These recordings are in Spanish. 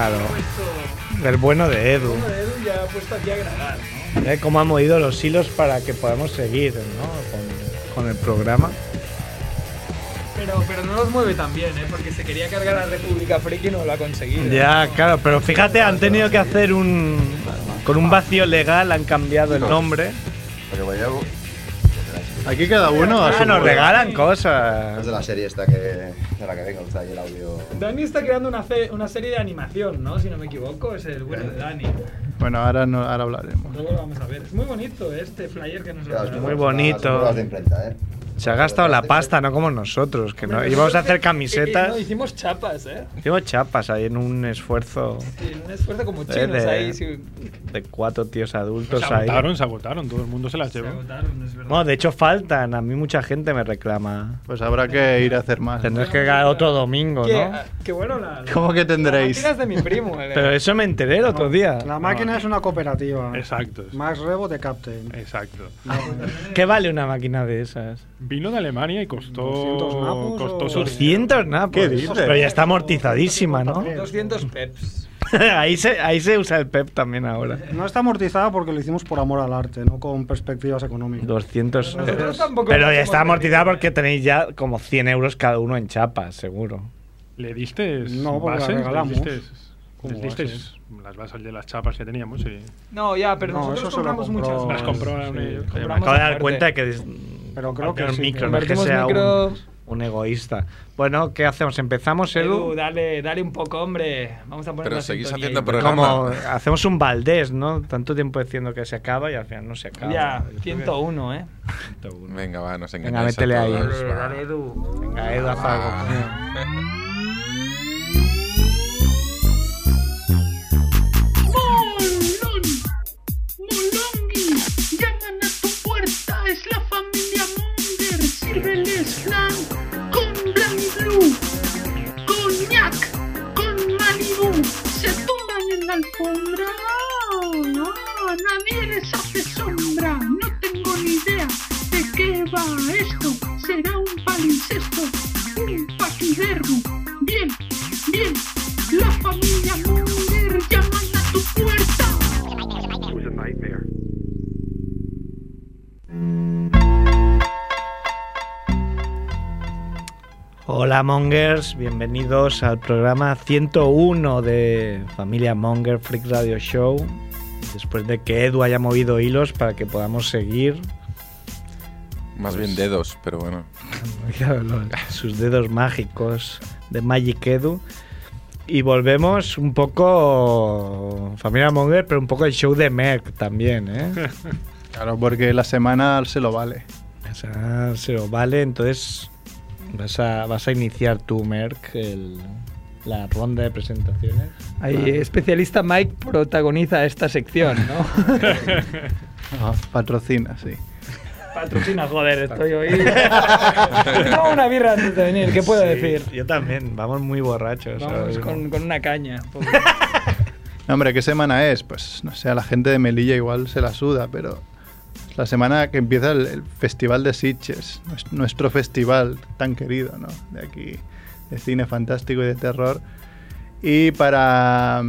Claro. El bueno de Edu. El bueno de Edu ya ha puesto aquí a grabar, ¿no? Cómo han movido los hilos para que podamos seguir, ¿no? Con el programa. Pero no los mueve tan bien, ¿eh? Porque se quería cargar a República Friki y no lo ha conseguido. Ya, claro, pero fíjate, han tenido que hacer con un vacío legal, han cambiado el nombre. Pero vaya, Aquí cada uno a su Nos modo. regalan cosas. es de la serie esta de la que vengo, está ahí el audio. Dani está creando una serie de animación, ¿no? Si no me equivoco, es el bueno de Dani. Bueno, ahora hablaremos. Luego lo vamos a ver. Es muy bonito este flyer que nos ha Claro, dado. muy bonito. Son pruebas de imprenta, Se ha gastado la pasta, no como nosotros, que no íbamos a hacer camisetas. No, hicimos chapas, ¿eh? Hicimos chapas ahí en un esfuerzo Sí, un esfuerzo como chinos ahí. Sí. de 4 tíos adultos Se ahí. agotaron, todo el mundo se las Se llevó. agotaron, es verdad. Bueno, de hecho faltan, a mí mucha gente me reclama. Pues habrá que ir a hacer más. Tendréis que llegar otro domingo, ¿no? Qué bueno ¿Cómo que tendréis? Las máquinas de mi primo. Pero eso me enteré el otro día. La máquina es una cooperativa. Exacto. Max Rebo de Captain. Exacto. ¿Qué vale una máquina de esas? Vino de Alemania y costó 200 napos costó o- sobre- 200 napos. ¿Qué dices? Pero ya está amortizadísima, ¿no? 200 peps. ahí se usa el PEP también ahora. No está amortizada porque lo hicimos por amor al arte, no con perspectivas económicas. 200 Nosotros tampoco Pero nos ya hemos está amortizada metido. porque tenéis ya como 100 euros cada uno en chapas, seguro. ¿Le diste No, porque la bases? regalamos. ¿Les disteis las bases de las chapas que teníamos? Y No, ya, pero No, nosotros eso se lo compramos compró. muchas. las compraron sí. ellos. Oye, me Compramos acabo de dar aparte. cuenta de que Pero creo que compartir sí, micro, que no es que compartimos sea micros. un egoísta. Bueno, ¿qué hacemos? ¿Empezamos, Edu, Edu? dale un poco, hombre. Vamos a poner Pero la seguís sintonía haciendo y- programa. Como hacemos un Valdés, ¿no? Tanto tiempo diciendo que se acaba y al final no se acaba. Ya, Yo creo que 101, ¿eh? 101. Venga, va, nos Venga, engañáis métele a ahí. todos, va. Dale, Edu. Venga, Edu, haz algo. ¡Molón! ¡Molongi! ¡Llaman a tu puerta! ¡Es la familia Monger! ¡Sírveles flan con Blanc Blue! ¡Coñac con Malibu! ¡Se tumban en la alfombra! ¡No! ¡Nadie les hace sombra! ¡No tengo ni idea de qué va esto! ¡Será un palincesto! ¡Un paquidermo! ¡Bien! ¡Bien! ¡La familia Monger llaman a tu puerta! Hola Mongers, bienvenidos al programa 101 de Familia Monger Freak Radio Show. Después de que Edu haya movido hilos para que podamos seguir. Más bien dedos, pero bueno. Sus dedos mágicos de Magic Edu. Y volvemos un poco Familia Monger, pero un poco el show de Merck también, ¿eh? Claro, porque la semana se lo vale. O sea, se lo vale, entonces vas a iniciar tú, Merck, la ronda de presentaciones. Ahí, especialista Mike protagoniza esta sección, ¿no? Patrocina, sí. Patrocina, joder, estoy hoy. No, una birra antes de venir, ¿qué puedo decir? Yo también, vamos muy borrachos. Vamos ¿sabes? con una caña. No, hombre, ¿qué semana es? Pues no sé, a la gente de Melilla igual se la suda, pero es la semana que empieza el Festival de Sitges, nuestro festival tan querido, ¿no? De aquí, de cine fantástico y de terror. Y para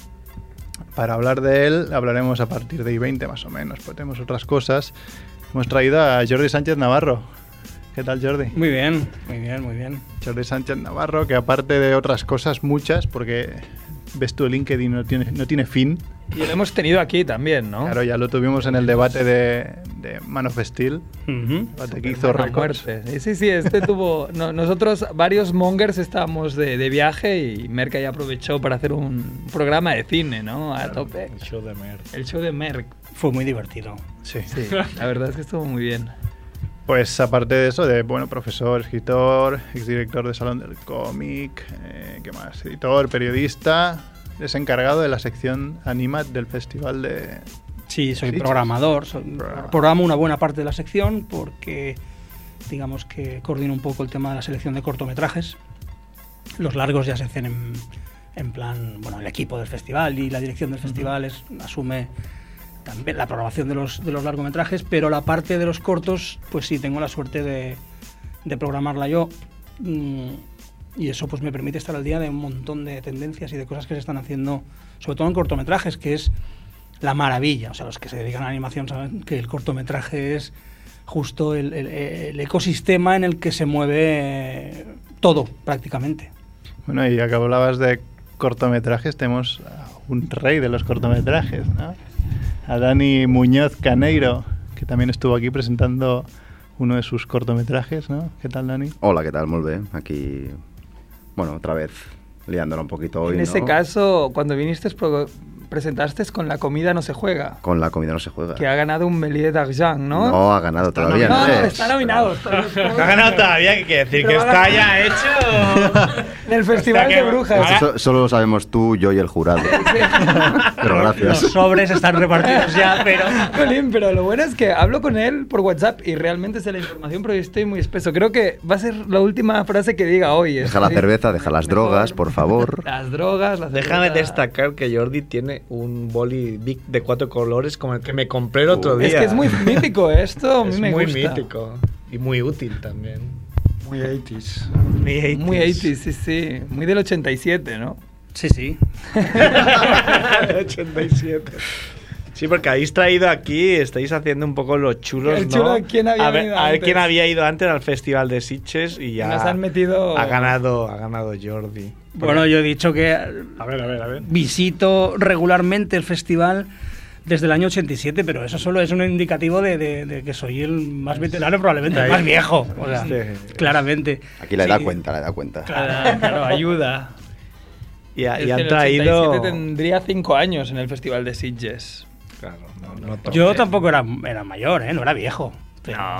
hablar de él, hablaremos a partir de I-20 más o menos, pues tenemos otras cosas. Hemos traído a Jordi Sánchez Navarro. ¿Qué tal, Jordi? Muy bien, muy bien, muy bien. Jordi Sánchez Navarro, que aparte de otras cosas, muchas, porque ves tu LinkedIn no tiene fin. Y lo hemos tenido aquí también, ¿no? Claro, ya lo tuvimos en el debate de Man of Steel, debate que hizo Buena récords. muerte. Sí, este tuvo... nosotros, varios mongers, estábamos de viaje y Merck ahí aprovechó para hacer un programa de cine, ¿no? A tope. El show de Merck. El show de Merck. Fue muy divertido. Sí. Sí, la verdad es que estuvo muy bien. Pues aparte de eso, profesor, escritor, exdirector de Salón del Cómic, ¿qué más? Editor, periodista, es encargado de la sección Animat del Festival de... Sí, soy Sitges. programador. Programador. Programo una buena parte de la sección porque, digamos que coordino un poco el tema de la selección de cortometrajes. Los largos ya se hacen en plan, bueno, el equipo del festival y la dirección del festival asume también la programación de los largometrajes, pero la parte de los cortos, pues sí, tengo la suerte de programarla yo. y eso pues me permite estar al día de un montón de tendencias y de cosas que se están haciendo, sobre todo en cortometrajes, que es la maravilla. O sea, los que se dedican a la animación saben que el cortometraje es justo el ecosistema en el que se mueve todo, prácticamente. Bueno, y ya que hablabas de cortometrajes, tenemos a un rey de los cortometrajes, ¿no? A Dani Muñoz Caneiro, que también estuvo aquí presentando uno de sus cortometrajes, ¿no? ¿Qué tal, Dani? Hola, ¿qué tal? Molt bé. Aquí, bueno, otra vez liándola un poquito hoy, En ese caso, cuando viniste, presentaste con La comida no se juega. Con La comida no se juega. Que ha ganado un Méliès d'Argent, ¿no? No ha ganado todavía. No, es. está nominado. No ha ganado todavía, ¿qué quiere decir? Pero ¿Que está ya hecho? En el Festival Hasta que- de Brujas. Solo lo sabemos tú, yo y el jurado. Pero gracias. Los sobres están repartidos ya, pero... Colín, pero lo bueno es que hablo con él por WhatsApp y realmente sé la información, pero yo estoy muy espeso. Creo que va a ser la última frase que diga hoy. Deja la cerveza, deja las drogas, por favor. Las drogas, las Déjame destacar que Jordi tiene un boli Bic de 4 colores como el que me compré el otro día. Es que es muy mítico esto, a mí Es me muy gusta. mítico y muy útil también. Muy 80s. Muy 80s. Muy 80s, sí, sí. Muy del 87, ¿no? Sí, sí. 87. Sí, porque habéis traído aquí, estáis haciendo un poco los chulos, El ¿no? chulo, ¿quién había a ver, venido a ver antes? quién había ido antes al Festival de Sitges y ya Nos han metido... ha ganado Jordi. Bueno, yo he dicho que A ver. visito regularmente el festival desde el año 87, pero eso solo es un indicativo de que soy el más veterano, probablemente el más viejo. O sea, claramente. Aquí le da cuenta. Claro, ayuda. Y Es que han en el traído... 87 tendría 5 años en el Festival de Sitges. Claro, no toque. Yo tampoco era mayor, no era viejo. No.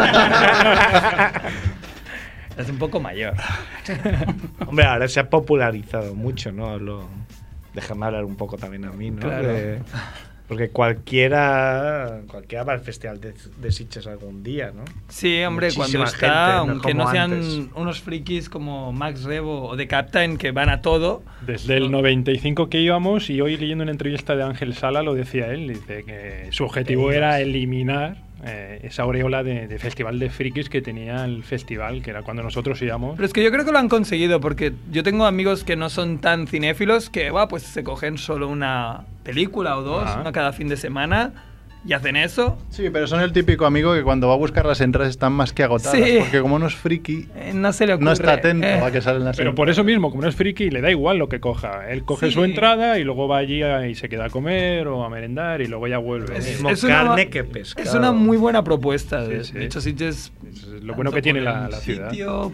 Es un poco mayor. Hombre, ahora se ha popularizado mucho, ¿no? Déjame hablar un poco también a mí, ¿no? Claro. Porque cualquiera va al Festival de Sitges algún día, ¿no? Sí, hombre, Muchísima cuando está, gente, no aunque como no sean antes. unos frikis como Max Rebo o The Captain que van a todo. Desde el 95 que íbamos, y hoy leyendo una entrevista de Ángel Sala lo decía él, dice que su objetivo era eliminar esa aureola de festival de frikis que tenía el festival, que era cuando nosotros íbamos. Pero es que yo creo que lo han conseguido, porque yo tengo amigos que no son tan cinéfilos que pues se cogen solo una película o dos, Ajá. una cada fin de semana, y hacen eso. Sí, pero son el típico amigo que cuando va a buscar las entradas están más que agotadas. Sí. Porque como no es friki, No se le ocurre. no está atento a que salen las Pero por eso mismo, como no es friki, le da igual lo que coja. Él coge Sí. su entrada y luego va allí y se queda a comer o a merendar y luego ya vuelve. Mismo Es una- carne que pescado. Es una muy buena propuesta. Sí, De sí. hecho, Sitges, Es lo bueno tanto que tiene por la el ciudad. sitio,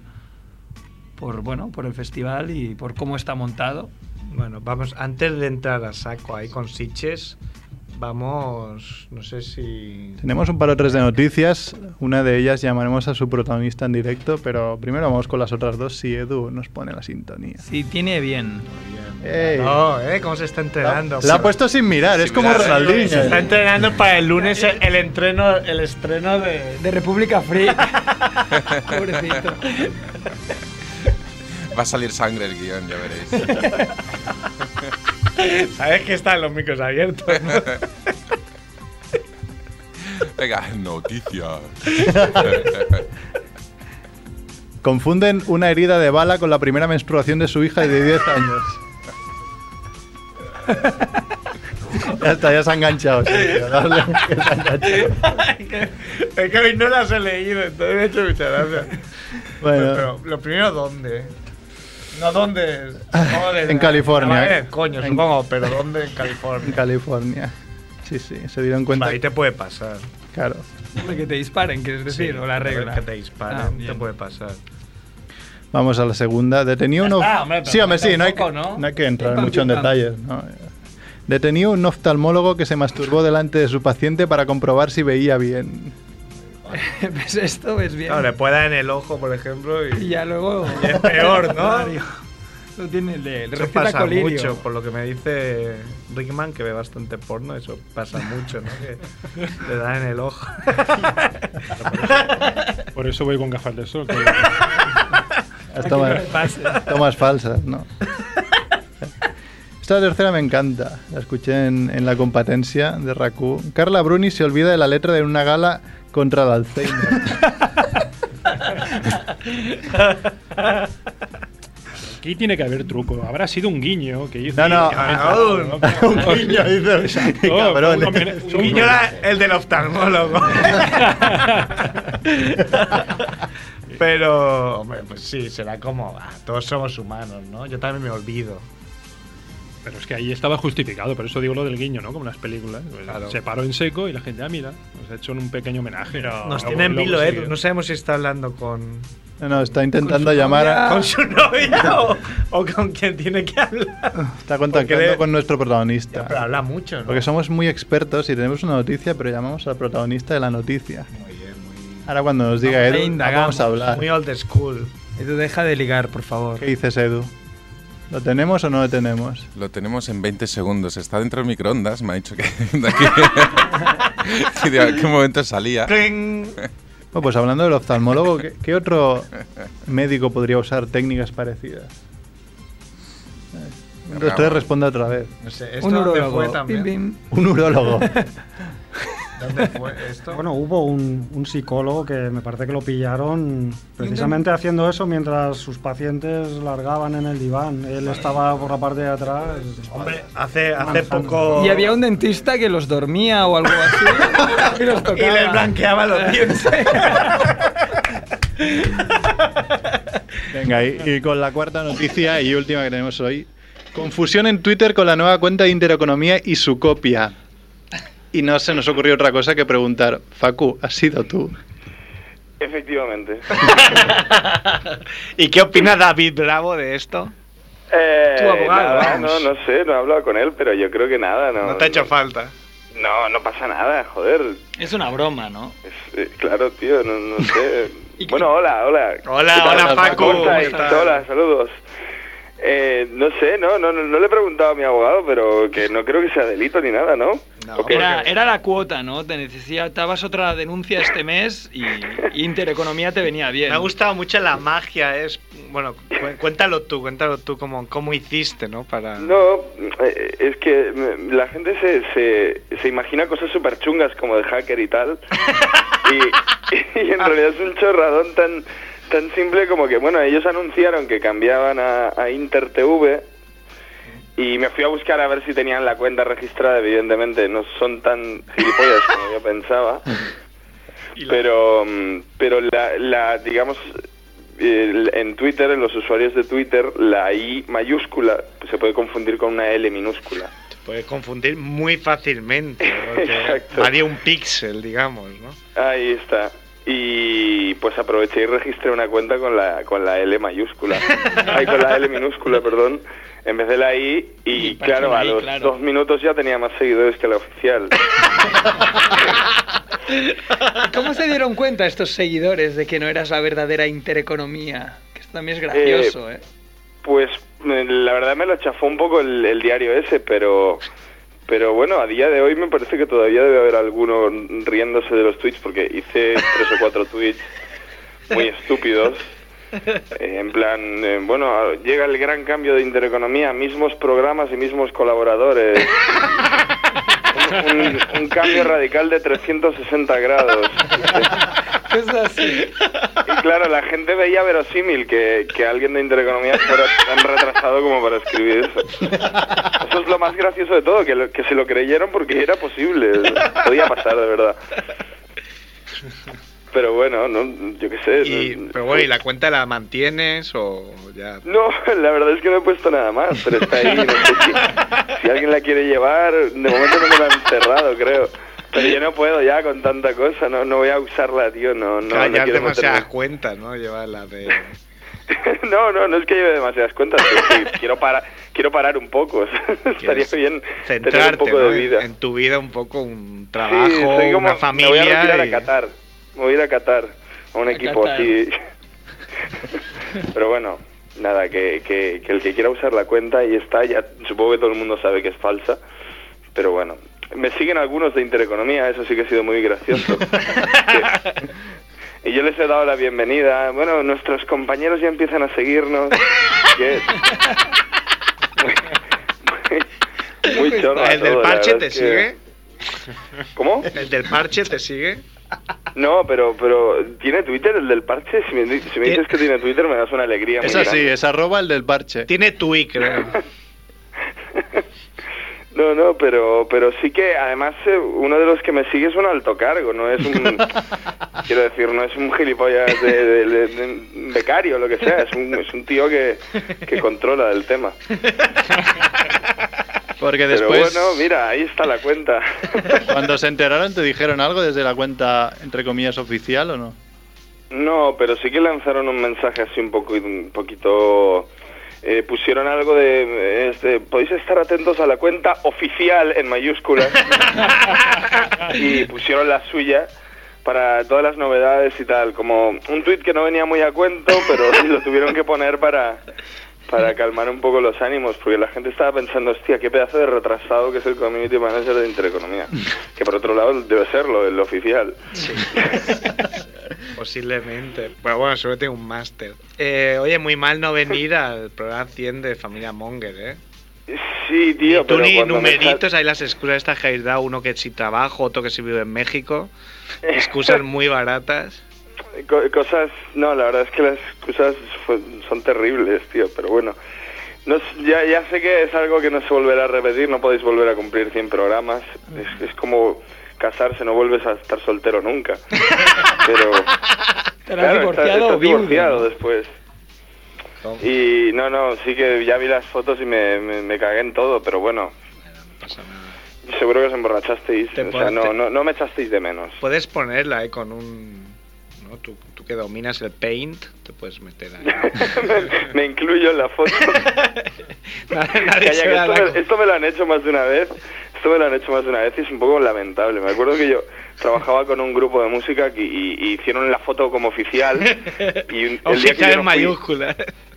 por el festival y por cómo está montado. Bueno, vamos, antes de entrar a saco ahí con Sitges, vamos, no sé si... Tenemos un par o tres de noticias. Una de ellas llamaremos a su protagonista en directo, pero primero vamos con las otras dos si Edu nos pone la sintonía. Sí, tiene bien. ¡Ey! No, ¿cómo se está entrenando? La ha puesto sin mirar, es como Ronaldinho. Se está entrenando para el lunes el estreno de... De República Free. Pobrecito. Va a salir sangre el guión, ya veréis. Sabes que están los micros abiertos, ¿no? Venga, noticias. Confunden una herida de bala con la primera menstruación de su hija de 10 años. Ya está, ya se ha enganchado. Sergio, dale, que se ha enganchado. Es que hoy no las he leído, entonces me he hecho mucha gracia. Bueno. Pero lo primero, ¿dónde? No, ¿dónde? Supongo que- En California. Coño, En- supongo, pero ¿dónde en En California? California. Sí, sí, se dieron cuenta. Ahí te puede pasar. Claro. Que te disparen, quieres decir, Sí, o la regla. Que te disparen, Ah, te bien. puede pasar. Vamos a la segunda. Detenido Ya un está, hombre, pero Sí, hombre, sí, no hay, tampoco, ¿no? no hay que entrar Pim, mucho en pim, pam. detalles. ¿no? Detenido un oftalmólogo que se masturbó delante de su paciente para comprobar si veía bien. ¿Ves esto? ¿Ves bien? Claro, le puede dar en el ojo, por ejemplo, Y y ya luego... y es peor, ¿no? Mario. Lo tiene le Eso receta pasa colirio. mucho, por lo que me dice Rickman, que ve bastante porno, eso pasa mucho, ¿no? Que le da en el ojo. Por eso voy con gafas de sol. que- Tomas falsas, ¿no? Esta tercera me encanta. La escuché en la competencia de RAC1. Carla Bruni se olvida de la letra de una gala contra el Alzheimer. Aquí tiene que haber truco. Habrá sido un guiño que hizo. No, un guiño, dice. Exacto. Cabrón. Un guiño era el del oftalmólogo. Pero, hombre, pues sí, será como, todos somos humanos, ¿no? Yo también me olvido. Pero es que ahí estaba justificado, por eso digo lo del guiño, ¿no? Como en las películas. Pues Claro. se paró en seco y la gente, mira, nos ha hecho un pequeño homenaje. Nos Luego- tiene en luego vilo, siguió. No sabemos si está hablando con No, está intentando llamar a... con su novia o con quien tiene que hablar. Está contactando Porque le- con nuestro protagonista. Pero habla mucho, ¿no? Porque somos muy expertos y tenemos una noticia, pero llamamos al protagonista de la noticia. Ahora cuando nos diga Ahí Edu, indagamos, vamos a hablar. Muy old school. Edu, deja de ligar, por favor. ¿Qué dices, Edu? ¿Lo tenemos o no lo tenemos? Lo tenemos en 20 segundos. Está dentro del microondas. Me ha dicho que de aquí. que de qué momento salía. Cling. Bueno, pues hablando del oftalmólogo, ¿qué otro médico podría usar técnicas parecidas? Un, dos, tres, responde otra vez. No sé, ¿esto Un dónde urólogo. fue también? Pim, pim. Un urólogo. ¿Dónde fue esto? Bueno, hubo un psicólogo que me parece que lo pillaron precisamente haciendo eso mientras sus pacientes largaban en el diván. Él estaba por la parte de atrás. Hombre, hace Manejando. poco... Y había un dentista que los dormía o algo así. y los Y tocaba. les blanqueaba los dientes. Venga, y con la cuarta noticia y última que tenemos hoy. Confusión en Twitter con la nueva cuenta de Intereconomía y su copia. Y no se nos ocurrió otra cosa que preguntar, Facu, ¿has sido tú? Efectivamente. ¿Y qué opina David Bravo de esto? Tu abogado, Nada, vamos. no sé, no he hablado con él, pero yo creo que nada, no. No te ha hecho falta. No pasa nada, joder. Es una broma, ¿no? Claro, tío, no sé. ¿Y qué- Bueno, hola. Hola, ¿Qué tal? hola, Facu, ¿Cómo ¿cómo estáis? estás? Hola, saludos. No sé, no le he preguntado a mi abogado, pero que no creo que sea delito ni nada, ¿no? No, ¿O qué? Era la cuota, ¿no? Te necesitabas otra denuncia este mes y Intereconomía te venía bien. Me ha gustado mucho la magia. Bueno, cuéntalo tú cómo hiciste, ¿no? Para... No, es que la gente se imagina cosas súper chungas como de hacker y tal. y en realidad es un chorradón tan simple como que, bueno, ellos anunciaron que cambiaban a InterTV y me fui a buscar a ver si tenían la cuenta registrada. Evidentemente no son tan gilipollas como yo pensaba. Pero digamos, en Twitter, en los usuarios de Twitter, la I mayúscula se puede confundir con una L minúscula. Se puede confundir muy fácilmente. Exacto. Varía un píxel, digamos, ¿no? Ahí está. Y pues aproveché y registré una cuenta con la L mayúscula. Con la L minúscula, perdón. En vez de la I. Y claro, a los 2 minutos ya tenía más seguidores que la oficial. ¿Cómo se dieron cuenta estos seguidores de que no eras la verdadera Intereconomía? Que esto también es gracioso, ¿eh? Pues la verdad me lo chafó un poco el diario ese, pero bueno, a día de hoy me parece que todavía debe haber alguno riéndose de los tweets, porque hice 3 o 4 tweets muy estúpidos. En plan, bueno, llega el gran cambio de Intereconomía, mismos programas y mismos colaboradores. Un cambio radical de 360 grados. Es así. Y claro, la gente veía verosímil que alguien de Intereconomía fuera tan retrasado como para escribir eso. Eso es lo más gracioso de todo, que se lo creyeron porque era posible. Podía pasar, de verdad. Pero bueno, yo qué sé. Pero bueno, ¿y la cuenta la mantienes o ya...? No, la verdad es que no he puesto nada más, pero está ahí. No sé si alguien la quiere llevar. De momento no me la han cerrado, creo. Pero yo no puedo ya con tanta cosa, no voy a usarla, tío. No ya quiero demasiadas meterme. cuentas, ¿no? Llevarla de... No es que lleve demasiadas cuentas, es que quiero parar un poco. Estaría bien tener centrarte, un poco ¿no? de vida. En tu vida, un poco, un trabajo, Sí, soy como, una familia. Me voy a retirar y- a Qatar. Me voy a ir a Qatar, a un equipo Qatar. así. Pero bueno, nada, que el que quiera usar la cuenta ahí está. Ya supongo que todo el mundo sabe que es falsa. Pero bueno, me siguen algunos de Intereconomía, eso sí que ha sido muy gracioso. Y yo les he dado la bienvenida. Bueno, nuestros compañeros ya empiezan a seguirnos. Que... muy chorra ¿El del todo, la parche verdad te es que- sigue? ¿Cómo? ¿El del parche te sigue? No, pero ¿tiene Twitter el del parche? Si me dices que tiene Twitter me das una alegría muy Es así, grande. es @ el del parche. Tiene Twitch, creo. No, pero sí que además uno de los que me sigue es un alto cargo, no es un... quiero decir, no es un gilipollas de becario o lo que sea, es un tío que controla el tema. Porque después, pero bueno, mira, ahí está la cuenta. cuando se enteraron, ¿te dijeron algo desde la cuenta, entre comillas, oficial o no? No, pero sí que lanzaron un mensaje así un poquito... pusieron algo de podéis estar atentos a la cuenta oficial en mayúsculas y pusieron la suya para todas las novedades y tal, como un tuit que no venía muy a cuento, pero lo tuvieron que poner para calmar un poco los ánimos, porque la gente estaba pensando, hostia, qué pedazo de retrasado que es el Community Manager de Intereconomía, que por otro lado debe serlo, el oficial. Sí. Posiblemente. Pero bueno, solo tengo un máster. Oye, muy mal no venir al programa 100 de Familia Monger, ¿eh? Sí, tío, Tú pero ni cuando numeritos, hay las excusas estas que habéis dado, uno que si trabajo, otro que si vive en México. Excusas muy baratas. Cosas, no, la verdad es que las excusas son terribles, tío, pero bueno, ya sé que es algo que no se volverá a repetir, no podéis volver a cumplir 100 programas, es como casarse, no vuelves a estar soltero nunca, pero claro, estás divorciado después. Y no, sí que ya vi las fotos y me cagué en todo, pero bueno, seguro que os emborrachasteis, o sea, no me echasteis de menos. Puedes ponerla con un... ¿no? Tú que dominas el Paint, te puedes meter ahí. me incluyo en la foto. Esto me lo han hecho más de una vez. Y es un poco lamentable. Me acuerdo que yo trabajaba con un grupo de música y hicieron la foto como oficial. Y el día que yo no mayúsculas.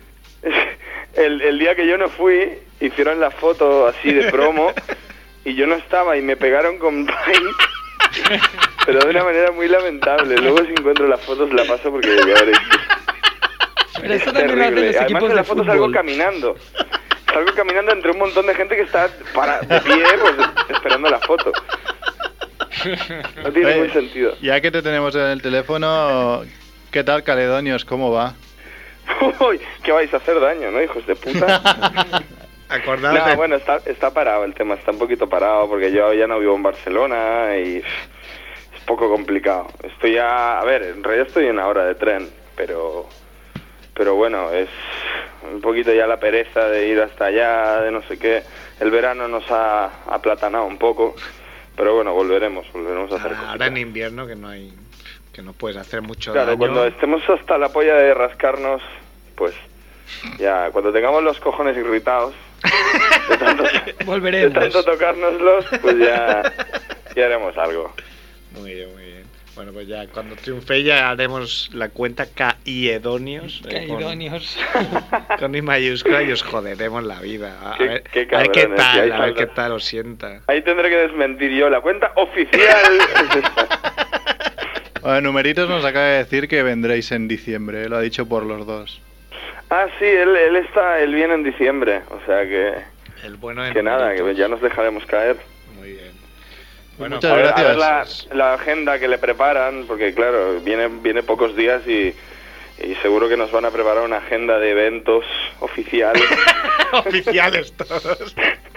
El día que yo no fui, hicieron la foto así de promo y yo no estaba y me pegaron con Paint. Pero de una manera muy lamentable. Luego si encuentro las fotos la paso porque ya veréis que es terrible. Además en la foto salgo caminando entre un montón de gente que está de pie pues, esperando la foto. No tiene ningún sentido. Ya que te tenemos en el teléfono, ¿qué tal Caledonios? ¿Cómo va? Uy, ¿qué vais a hacer daño, no, hijos de puta? No, bueno, está parado el tema, está un poquito parado porque yo ya no vivo en Barcelona y es poco complicado. En realidad estoy en una hora de tren, pero bueno, es un poquito ya la pereza de ir hasta allá, de no sé qué. El verano nos ha aplatanado un poco, pero bueno, volveremos a hacer cosas. Ahora en invierno que no puedes hacer mucho daño. Claro, cuando estemos hasta la polla de rascarnos, pues ya, cuando tengamos los cojones irritados volveremos. De tanto tocárnoslos, pues ya haremos algo. Muy bien. Bueno, pues ya cuando triunfe ya haremos la cuenta Caidonios. Con I mayúscula y os joderemos la vida. A ver qué tal os sienta. Ahí tendré que desmentir yo la cuenta oficial. Bueno, Numeritos nos acaba de decir que vendréis en diciembre, lo ha dicho por los dos. Ah, sí, él viene en diciembre, o sea que... El bueno que nada, que ya nos dejaremos caer. Muy bien. Bueno, muchas gracias. A ver la agenda que le preparan, porque claro, viene pocos días y seguro que nos van a preparar una agenda de eventos oficiales. Oficiales todos.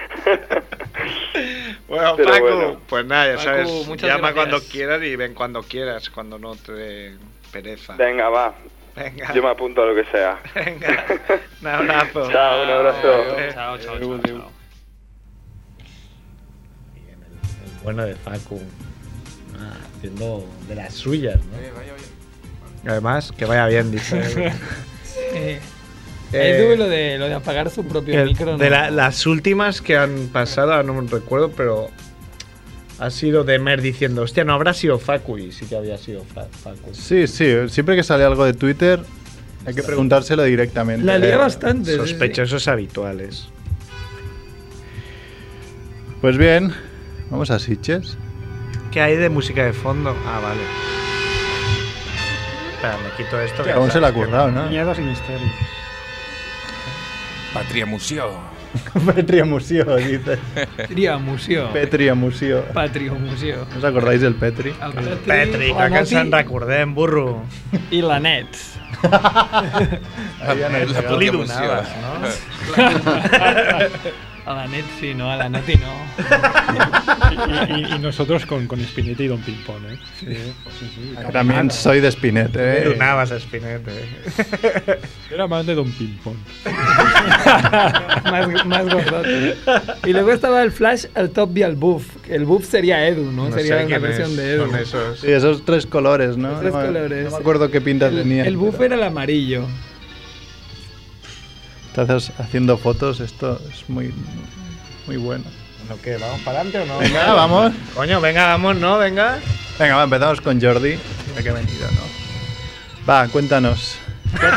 Bueno, Paco, pues nada, ya sabes, llama cuando quieras y ven cuando quieras, cuando no te dé pereza. Venga, va. Venga. Yo me apunto a lo que sea. Venga, un abrazo. Chao, un abrazo. Chao. Bien, el bueno de Facu. Haciendo de las suyas, ¿no? Vaya bien. Además, que vaya bien, dice. Ahí tuve lo de apagar su propio micro. De las últimas que han pasado, ahora no me recuerdo, pero ha sido Demer diciendo, hostia, no habrá sido Facu, y sí que había sido Facu. Sí, siempre que sale algo de Twitter hay que preguntárselo directamente. La lía bastante. Sospechosos habituales. Pues bien, vamos a Sitges. ¿Qué hay de música de fondo? Ah, vale. Espera, me quito esto. Aún se la ha currado, ¿no? Miedos y misterios. Patria Museo. Petria Museo, dice. Petria Museo. Petria Museo. Patrio Museo. ¿Os acordáis del Petri? El Petri, que ens en recordem, burro. I la Nets. Li donaves, no? A la Net sí, no, a la Neti no. Y nosotros con Spinetta y Don Pimpón, ¿eh? Sí. También soy de Spinetta, Le donabas a Spinetta, Era más de Don Pimpón. más gordote. Y luego estaba el Flash, el Top y el Buff. El Buff sería Edu, ¿no? Sería una versión de Edu. Son esos. Sí, esos 3 colores, ¿no? Los 3 colores. No me acuerdo qué pinta tenía. El Buff era el amarillo. Estás haciendo fotos, esto es muy bueno. Bueno, ¿qué? ¿Vamos para adelante o no? Venga, vamos. Coño, venga, vamos, ¿no? Venga. Venga, empezamos con Jordi. De que he venido, ¿no? Va, cuéntanos. Se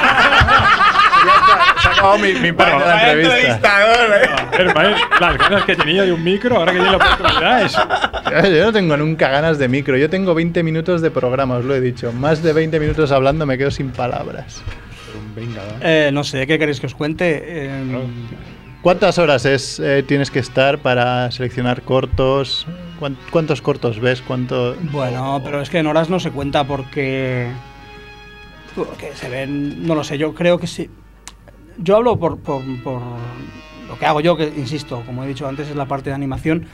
ha acabado mi parte de la entrevista. Las ganas que tenía de un micro, ahora que tiene la oportunidad. Yo no tengo nunca ganas de micro. Yo tengo 20 minutos de programa, os lo he dicho. Más de 20 minutos hablando me quedo sin palabras. Venga, no sé, ¿qué queréis que os cuente? ¿Cuántas horas tienes que estar para seleccionar cortos? ¿Cuántos cortos ves? Bueno, pero es que en horas no se cuenta porque se ven, no lo sé, yo creo que sí. Yo hablo por lo que hago yo, que insisto, como he dicho antes, es la parte de animación.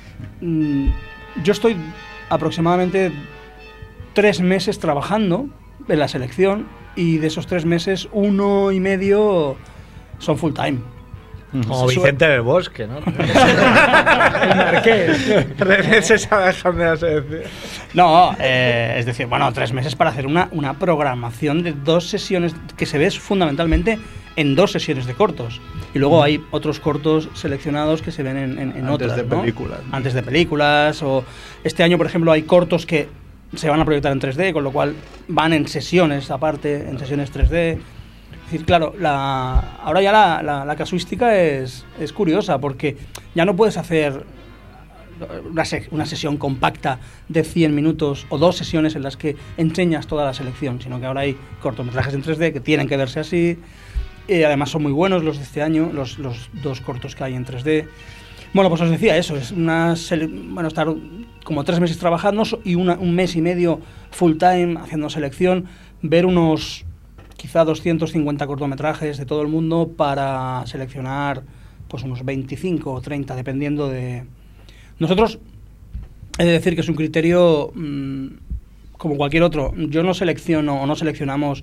Yo estoy aproximadamente 3 meses trabajando en la selección y de esos 3 meses, 1 y medio son full time. Como Vicente del Bosque, ¿no? El Marqués. 3 meses a dejar de la selección. No, es decir, bueno, 3 meses para hacer una programación de 2 sesiones que se ve fundamentalmente en 2 sesiones de cortos. Y luego hay otros cortos seleccionados que se ven en otras, Antes de ¿no? películas. Antes de películas. O este año, por ejemplo, hay cortos que se van a proyectar en 3D, con lo cual van en sesiones aparte, en sesiones 3D. Es decir, claro, ahora ya la casuística es curiosa, porque ya no puedes hacer una sesión compacta de 100 minutos o 2 sesiones en las que enseñas toda la selección, sino que ahora hay cortometrajes en 3D que tienen que verse así, y además son muy buenos los de este año, los 2 cortos que hay en 3D. Bueno, pues os decía eso, es estar como 3 meses trabajando y un mes y medio full time haciendo selección, ver unos quizá 250 cortometrajes de todo el mundo para seleccionar pues unos 25 o 30, dependiendo de... Nosotros, he de decir que es un criterio como cualquier otro. Yo no selecciono o no seleccionamos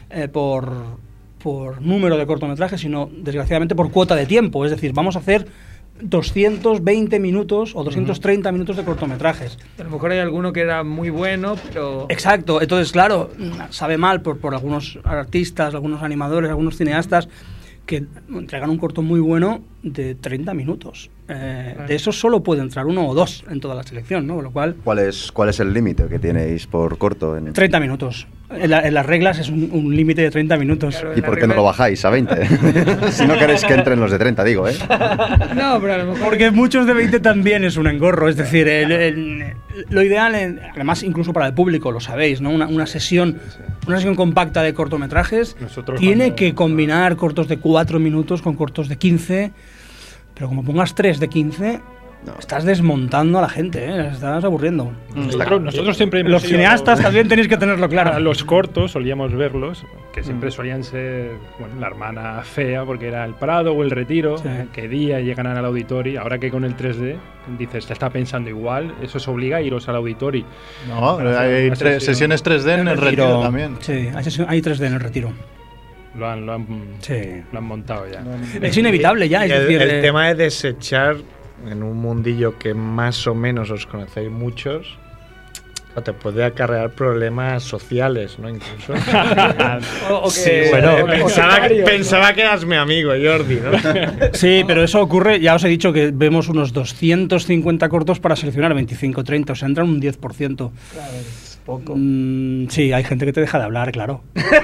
por número de cortometrajes, sino desgraciadamente por cuota de tiempo. Es decir, vamos a hacer 220 minutos o 230 minutos de cortometrajes. A lo mejor hay alguno que era muy bueno, pero... Exacto, entonces claro, sabe mal por algunos artistas, algunos animadores, algunos cineastas que entregan un corto muy bueno de 30 minutos. De esos solo puede entrar 1 o 2 en toda la selección, ¿no? Con lo cual... ¿Cuál es el límite que tenéis por corto? 30 minutos. En las reglas es un límite de 30 minutos. Claro, ¿y por qué no lo bajáis a 20? Si no queréis que entren los de 30, digo, ¿eh? No, pero a lo mejor... Porque muchos de 20 también es un engorro. Es decir, lo ideal, además incluso para el público, lo sabéis, ¿no? Una sesión compacta de cortometrajes tiene que combinar cortos de 4 minutos con cortos de 15... Pero como pongas 3 de 15, estás desmontando a la gente, ¿eh? Estás aburriendo. Nosotros siempre hemos Los cineastas también tenéis que tenerlo claro. Los cortos solíamos verlos, que siempre solían ser La hermana fea, porque era El Prado o El Retiro, que día llegan al auditorio. Ahora que con el 3D dices, te está pensando igual, eso os obliga a iros al auditorio. No, hay sesiones 3D en el Retiro también. Sí, hay 3D en el Retiro. Lo han montado ya. Es inevitable ya. El tema de desechar en un mundillo que más o menos os conocéis muchos, te puede acarrear problemas sociales, ¿no? Incluso. Pensaba que eras mi amigo, Jordi, ¿no? Sí, pero eso ocurre, ya os he dicho que vemos unos 250 cortos para seleccionar 25 30, o sea, entran un 10%. Claro. Poco. Sí, hay gente que te deja de hablar, claro.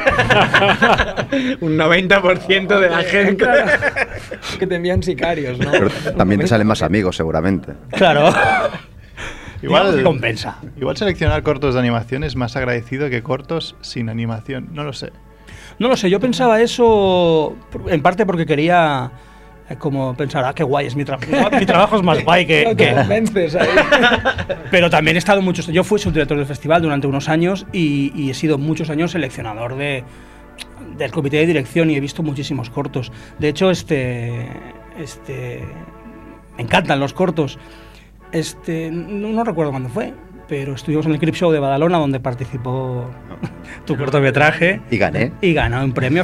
Un 90% de la gente que te envían sicarios, ¿no? Pero también te salen más amigos, seguramente. Claro. Igual compensa. Igual seleccionar cortos de animación es más agradecido que cortos sin animación. No lo sé. No lo sé, yo pensaba eso en parte porque quería como pensar, qué guay, es mi trabajo es más guay que... No te convences ahí. Pero también he estado muchos... Yo fui subdirector del festival durante unos años y he sido muchos años seleccionador del comité de dirección y he visto muchísimos cortos. De hecho, me encantan los cortos. No recuerdo cuándo fue, pero estuvimos en el Crip Show de Badalona donde participó tu cortometraje. Y gané. Y ganó un premio.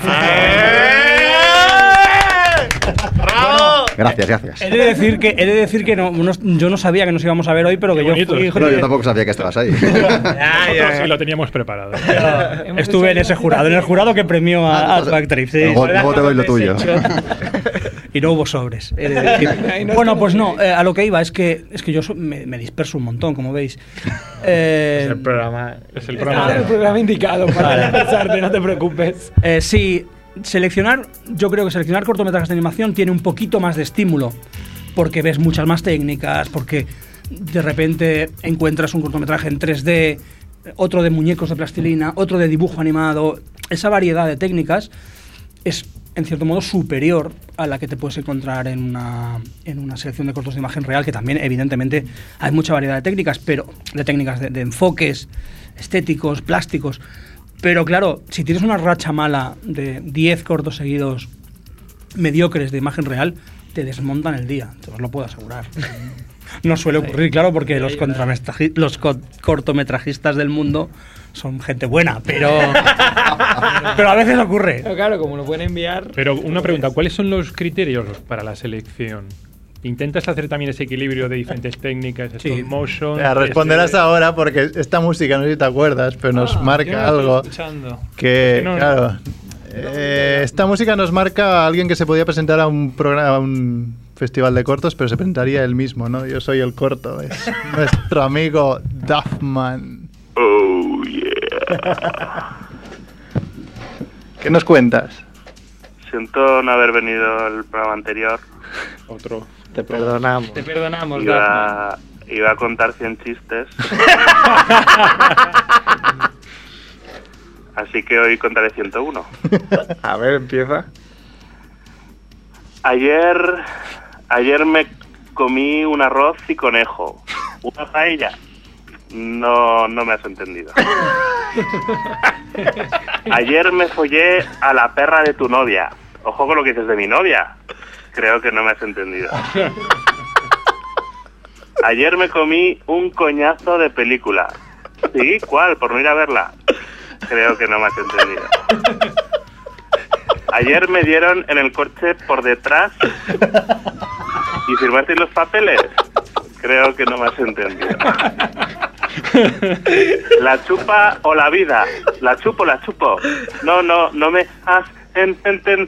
¡Bravo! Gracias. He de decir que yo no sabía que nos íbamos a ver hoy, pero que yo fui... No, yo tampoco sabía que estabas ahí. Nosotros sí lo teníamos preparado. Estuve en ese jurado, en el jurado que premió a tu actriz. Sí. Luego te doy lo tuyo. Y no hubo sobres. Bueno, pues no, a lo que iba es que yo me disperso un montón, como veis. Es el programa indicado para dispersarte, no te preocupes. Sí. Yo creo que seleccionar cortometrajes de animación tiene un poquito más de estímulo, porque ves muchas más técnicas, porque de repente encuentras un cortometraje en 3D, otro de muñecos de plastilina, otro de dibujo animado. Esa variedad de técnicas es, en cierto modo, superior a la que te puedes encontrar en una selección de cortos de imagen real, que también, evidentemente, hay mucha variedad de técnicas, pero de técnicas de enfoques estéticos, plásticos. Pero claro, si tienes una racha mala de 10 cortos seguidos mediocres de imagen real, te desmontan el día, te os lo puedo asegurar. No suele ocurrir, claro, porque los cortometrajistas del mundo son gente buena, pero a veces ocurre. Pero claro, como lo pueden enviar... Pero una pregunta, ¿cuáles son los criterios para la selección? ¿Intentas hacer también ese equilibrio de diferentes técnicas, stop motion? Responderás ahora porque esta música, no sé si te acuerdas, pero nos marca algo que, claro, esta música nos marca a alguien que se podía presentar a un programa, a un festival de cortos, pero se presentaría él mismo, ¿no? Yo soy el corto, es nuestro amigo Duffman. Oh, yeah. ¿Qué nos cuentas? Siento no haber venido al programa anterior. Otro. Te perdonamos. Te perdonamos, Iba a contar 100 chistes. Así que hoy contaré 101. A ver, empieza. Ayer me comí un arroz y conejo. Una paella. No me has entendido. Ayer me follé a la perra de tu novia. Ojo con lo que dices de mi novia. Creo que no me has entendido. Ayer me comí un coñazo de película. ¿Sí? ¿Cuál? Por no ir a verla. Creo que no me has entendido. Ayer me dieron en el coche por detrás y firmaste los papeles. Creo que no me has entendido. ¿La chupa o la vida? ¿La chupo o la chupo? No me has entendido.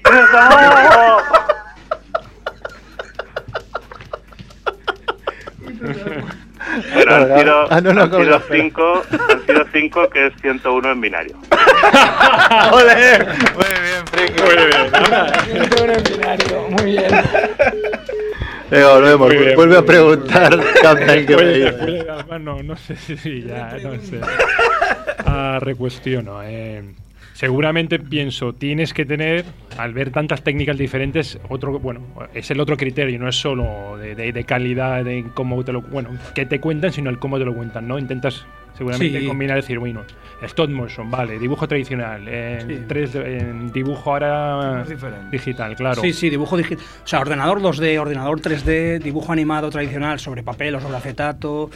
Bueno, han sido 5, que es 101 en binario. ¡Ole! Muy bien, Friki. Muy bien. 101 en binario, muy bien. Volvemos. Vuelve a preguntar, Captain, que no sé si ya, no sé. Recuestiono. Seguramente pienso, tienes que tener, al ver tantas técnicas diferentes, es el otro criterio, no es solo de calidad, de cómo te lo, que te cuentan, sino el cómo te lo cuentan, ¿no? Intentas seguramente combinar, decir, stop motion, vale, dibujo tradicional, en dibujo ahora digital, claro. Sí, dibujo digital, o sea, ordenador 2D, ordenador 3D, dibujo animado tradicional sobre papel o sobre acetato,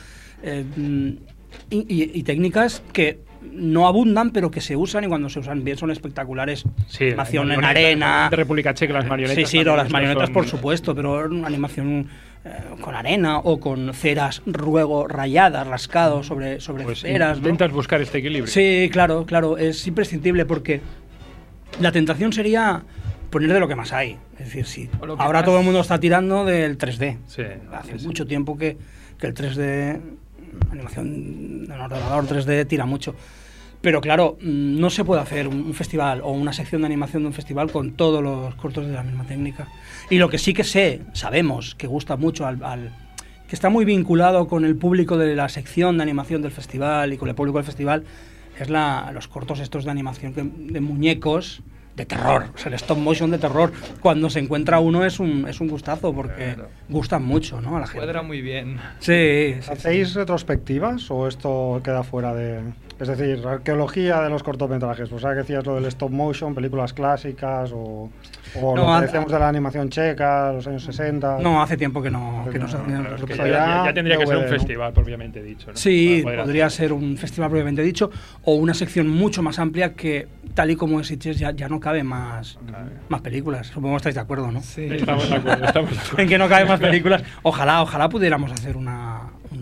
y técnicas que no abundan, pero que se usan, y cuando se usan bien son espectaculares. Animación en arena. De República Checa, las marionetas. Sí, las marionetas por supuesto, pero animación con arena o con ceras rayadas, rascados sobre ceras. Intentas buscar este equilibrio. Sí, claro, es imprescindible, porque la tentación sería poner de lo que más hay. Es decir, ahora todo el mundo está tirando del 3D. Sí, hace mucho tiempo que el 3D, animación en ordenador 3D, tira mucho. Pero claro, no se puede hacer un festival o una sección de animación de un festival con todos los cortos de la misma técnica. Y lo que sí que sabemos que gusta mucho que está muy vinculado con el público de la sección de animación del festival y con el público del festival, es los cortos estos de animación de muñecos de terror, o sea, el stop motion de terror. Cuando se encuentra uno es un gustazo porque gustan mucho, ¿no? A la gente. Cuadra muy bien. Sí. ¿Hacéis retrospectivas o esto queda fuera de...? Es decir, arqueología de los cortometrajes. O sea, que decías lo del stop motion, películas clásicas o no, lo que decíamos de la animación checa, los años 60. No, hace tiempo que no se ya tendría que ser un festival propiamente dicho, ¿no? Sí, podría ser un festival propiamente dicho o una sección mucho más amplia que, tal y como es Sitges, ya no cabe más películas. Supongo que estáis de acuerdo, ¿no? Sí. Estamos de acuerdo. En que no cabe más películas. Ojalá pudiéramos hacer una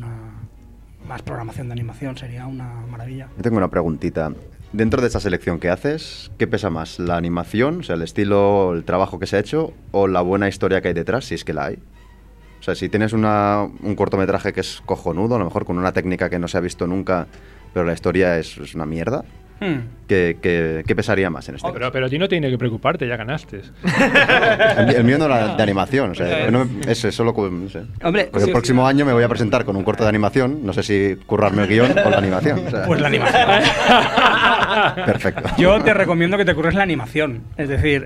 más programación de animación, sería una maravilla. Yo tengo una preguntita. Dentro de esa selección que haces, ¿qué pesa más? ¿La animación, o sea, el estilo, el trabajo que se ha hecho, o la buena historia que hay detrás, si es que la hay? O sea, si tienes un cortometraje que es cojonudo, a lo mejor con una técnica que no se ha visto nunca, pero la historia es una mierda, ¿qué pesaría más en este caso? Pero a ti no tiene que preocuparte, ya ganaste. El mío no era de animación, o sea, es solo... No sé. Hombre, porque el próximo año me voy a presentar con un corto de animación, no sé si currarme el guión o la animación. O sea. Pues la animación. Perfecto. Yo te recomiendo que te curres la animación. Es decir,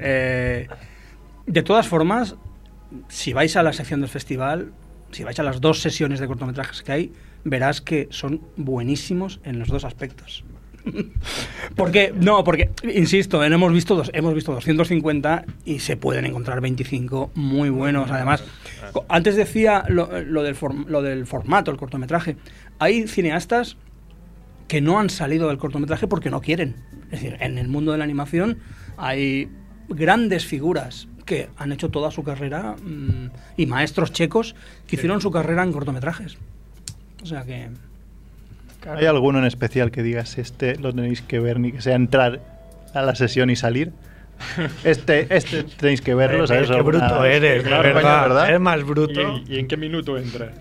de todas formas, si vais a la sección del festival, si vais a las 2 sesiones de cortometrajes que hay, verás que son buenísimos en los 2 aspectos. Porque, insisto, hemos visto 250 y se pueden encontrar 25 muy buenos. Además, antes decía lo del formato, el cortometraje. Hay cineastas que no han salido del cortometraje porque no quieren. Es decir, en el mundo de la animación hay grandes figuras que han hecho toda su carrera y maestros checos que hicieron su carrera en cortometrajes. O sea que... ¿Hay alguno en especial que digas lo tenéis que ver, ni que sea entrar a la sesión y salir? Este tenéis que verlo, ¿sabes? Qué bruto eres, ¿verdad? Eres más bruto. ¿Y en qué minuto entra?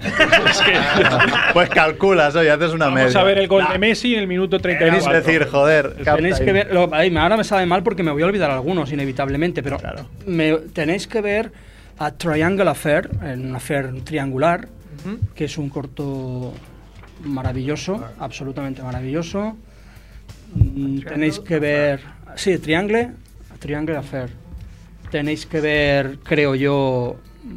Pues calculas, oye, haces una media. Vamos a ver el gol de Messi en el minuto 34. Es decir, joder. Tenéis que ver, ahora me sabe mal porque me voy a olvidar algunos, inevitablemente, pero tenéis que ver a Triangle Affair, un affair triangular, que es un corto maravilloso, absolutamente maravilloso. Tenéis que ver... Sí, Triangle Affair. Tenéis que ver, creo yo,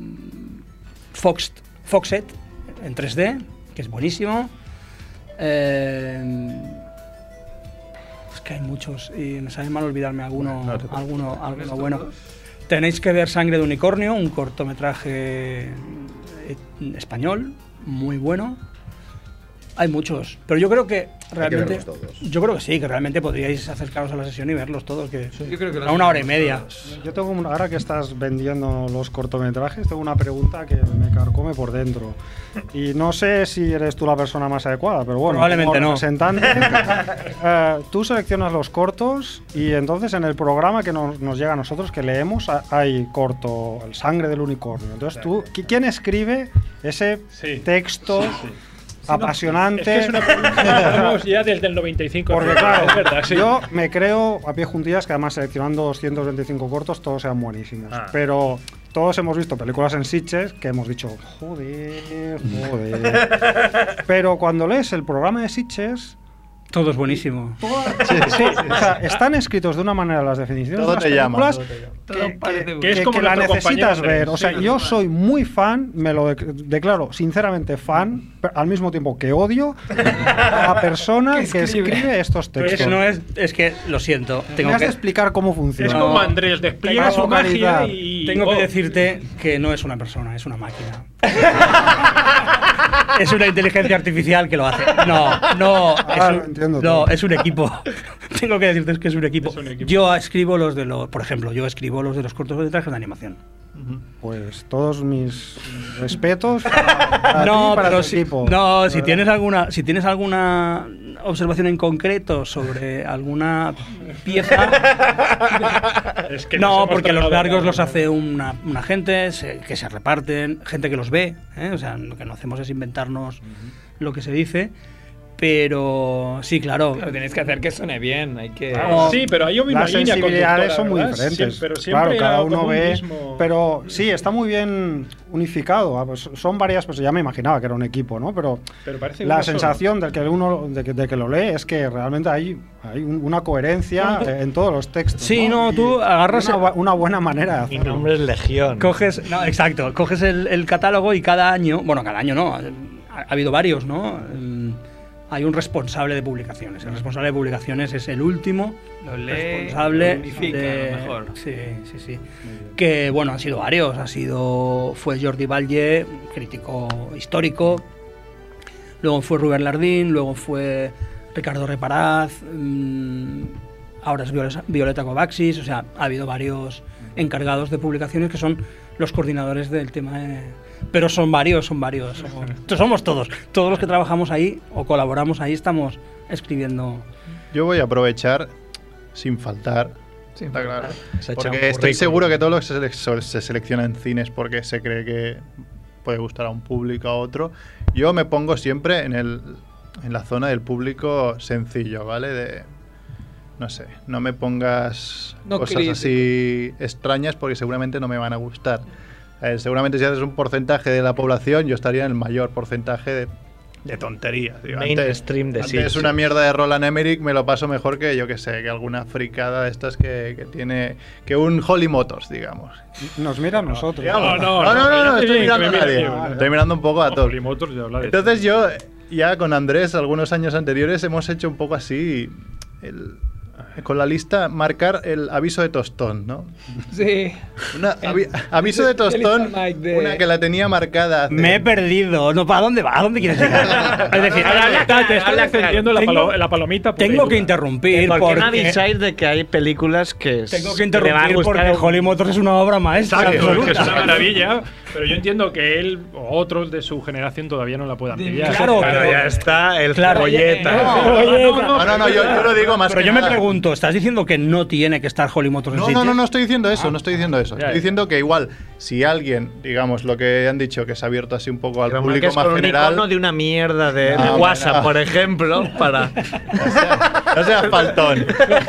Foxet en 3D, que es buenísimo. Es que hay muchos y me sabe mal olvidarme alguno bueno. Tenéis que ver Sangre de unicornio, un cortometraje español muy bueno. Hay muchos, pero yo creo que realmente, yo creo que sí, que realmente podríais acercaros a la sesión y verlos todos, que yo creo que a 1 hora y media. Yo tengo ahora que estás vendiendo los cortometrajes, tengo una pregunta que me carcome por dentro y no sé si eres tú la persona más adecuada, pero bueno, probablemente como representante, tú seleccionas los cortos y entonces en el programa que nos llega a nosotros que leemos hay corto, el Sangre del unicornio. Entonces tú, ¿quién escribe ese texto? Apasionante. Es que es una pregunta ya desde el 95. Porque claro, es verdad, yo me creo a pie juntillas que además seleccionando 225 cortos todos sean buenísimos. Pero todos hemos visto películas en Sitges que hemos dicho, joder. Pero cuando lees el programa de Sitges... Todo es buenísimo. O sea, están escritos de una manera las definiciones todo de las películas que es como la necesitas ver. O sea, yo soy muy fan, me lo declaro sinceramente fan, al mismo tiempo que odio a la persona que escribe estos textos. Pues es que, lo siento, tengo que explicar cómo funciona. Es como Andrés, despliega su magia y... Tengo que decirte que no es una persona, es una máquina. Es una inteligencia artificial que lo hace. No, es un equipo. Tengo que decirte que es un equipo. Yo escribo por ejemplo, yo escribo los de los cortometrajes de animación. Pues todos mis respetos si tienes alguna observación en concreto sobre alguna pieza es que porque los largos los hace una gente que se reparten, gente que los ve, o sea, lo que no hacemos es inventarnos lo que se dice, Pero sí, claro. Pero tienes que hacer que suene bien. Hay que... Sí, pero hay una las línea sensibilidades son muy conductora, diferentes. pero siempre claro, cada era uno como un ve. mismo... Pero sí, está muy bien unificado. Pues son varias, pues ya me imaginaba que era un equipo, ¿no? Pero parece la uno sensación del que uno de que lo lee es que realmente hay una coherencia en todos los textos. Sí, no, tú agarras una buena manera de Mi hacerlo. nombre es Legión. Exacto, coges el catálogo y cada año no, ha habido varios, ¿no? Hay un responsable de publicaciones. El responsable de publicaciones es el último responsable de... a lo mejor. Sí. Que, bueno, han sido varios. Fue Jordi Batlle, crítico histórico. Luego fue Rubén Lardín. Luego fue Ricardo Reparaz. Ahora es Violeta Kovačis. O sea, ha habido varios encargados de publicaciones que son los coordinadores del tema pero son varios. Somos todos los que trabajamos ahí o colaboramos ahí, estamos escribiendo. Yo voy a aprovechar, sin faltar, está claro, porque estoy seguro que todo lo que se selecciona en cines porque se cree que puede gustar a un público, a otro. Yo me pongo siempre en la zona del público sencillo, ¿vale? No sé, no me pongas cosas crítico. Así extrañas porque seguramente no me van a gustar. Seguramente si haces un porcentaje de la población, yo estaría en el mayor porcentaje de tonterías. Mainstream de sí. Antes una mierda de Roland Emmerich me lo paso mejor que, yo que sé, que alguna fricada de estas que tiene... Que un Holly Motors, digamos. Nos mira a nosotros. No, estoy mirando a nadie. Estoy mirando un poco a todo. Holly Motors ya habla de Entonces yo, ya con Andrés, algunos años anteriores, hemos hecho un poco así... con la lista marcar el aviso de tostón, ¿no? Sí. Aviso de tostón, una que la tenía marcada hace... Me he perdido. No, ¿para dónde va? ¿A dónde quieres llegar? Es decir, te estoy encendiendo la palomita. Tengo que interrumpir. ¿Por qué no avisáis de que hay películas que tengo que interrumpir porque Holly Motors es una obra maestra absoluta. Es una maravilla, pero yo entiendo que él o otros de su generación todavía no la puedan pillar. Claro, ya está el cebolleta. No, yo lo digo más pero yo me pregunto, ¿estás diciendo que no tiene que estar Holly Motors en Sitges? No estoy diciendo eso, Estoy diciendo que igual, si alguien, digamos, lo que han dicho, que se ha abierto así un poco al público más general... Un icono de una mierda de WhatsApp, por ejemplo, para... No seas faltón.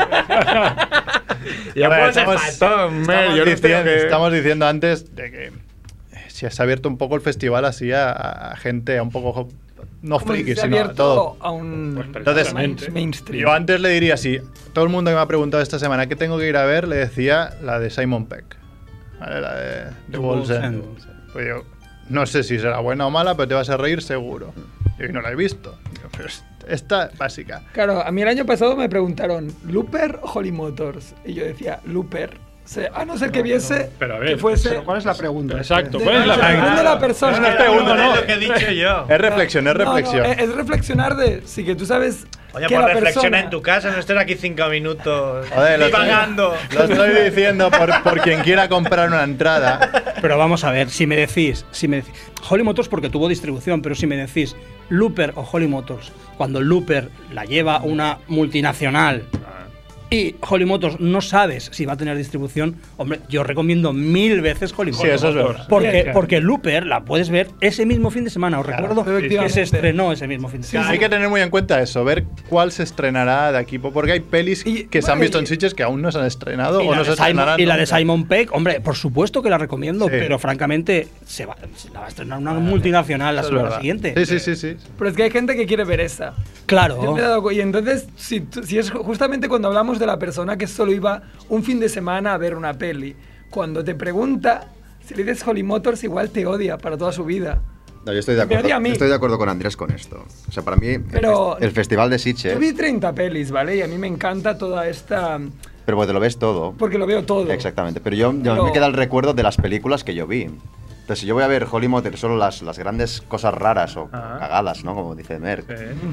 Estamos diciendo antes de que se ha abierto un poco el festival así a gente, a un poco... No friki, sino a todo. A un entonces, mainstream. Yo antes le diría, si todo el mundo que me ha preguntado esta semana qué tengo que ir a ver, le decía la de Simon Pegg, ¿vale? La de The World's End. Pues yo no sé si será buena o mala, pero te vas a reír seguro. Yo no la he visto. Pero esta básica. Claro, a mí el año pasado me preguntaron, ¿Looper o Holly Motors? Y yo decía, Looper. A no ser que viese pero a ver, que fuese... Pero ¿cuál es la pregunta? Exacto, ¿cuál es la pregunta? Depende de la persona. No es pregunta, no. Es lo que he dicho yo. Es reflexión. Es reflexionar de... Sí, que tú sabes... Oye, que pues la reflexiona persona... en tu casa, no estés aquí 5 minutos divagando. Lo estoy diciendo por quien quiera comprar una entrada. Pero vamos a ver, si me decís Holly Motors porque tuvo distribución, pero si me decís Looper o Holly Motors, cuando Looper la lleva una multinacional y Holly Motors no sabes si va a tener distribución, hombre, yo recomiendo 1000 veces Holly Motors. Sí, eso es verdad. Porque Looper la puedes ver ese mismo fin de semana. Os recuerdo que se estrenó ese mismo fin de semana. Hay que tener muy en cuenta eso, ver cuál se estrenará de aquí, porque hay pelis que se han visto en Sitges que aún no se han estrenado o no se estrenarán. Y la de Simon Pegg, hombre, por supuesto que la recomiendo, pero francamente se la va a estrenar una multinacional la semana siguiente. Sí. Pero es que hay gente que quiere ver esa. Claro. Y entonces, si es justamente cuando hablamos de la persona que solo iba un fin de semana a ver una peli, cuando te pregunta, si le dices Holly Motors, igual te odia para toda su vida. No, yo estoy de acuerdo. Estoy de acuerdo con Andrés con esto. O sea, para mí, el Festival de Sitges... Yo vi 30 pelis, ¿vale? Y a mí me encanta toda esta... Pero porque te lo ves todo. Porque lo veo todo. Exactamente. Pero yo me queda el recuerdo de las películas que yo vi. Entonces, si yo voy a ver Holly Motors, solo las grandes cosas raras o cagadas, ¿no? Como dice Merck.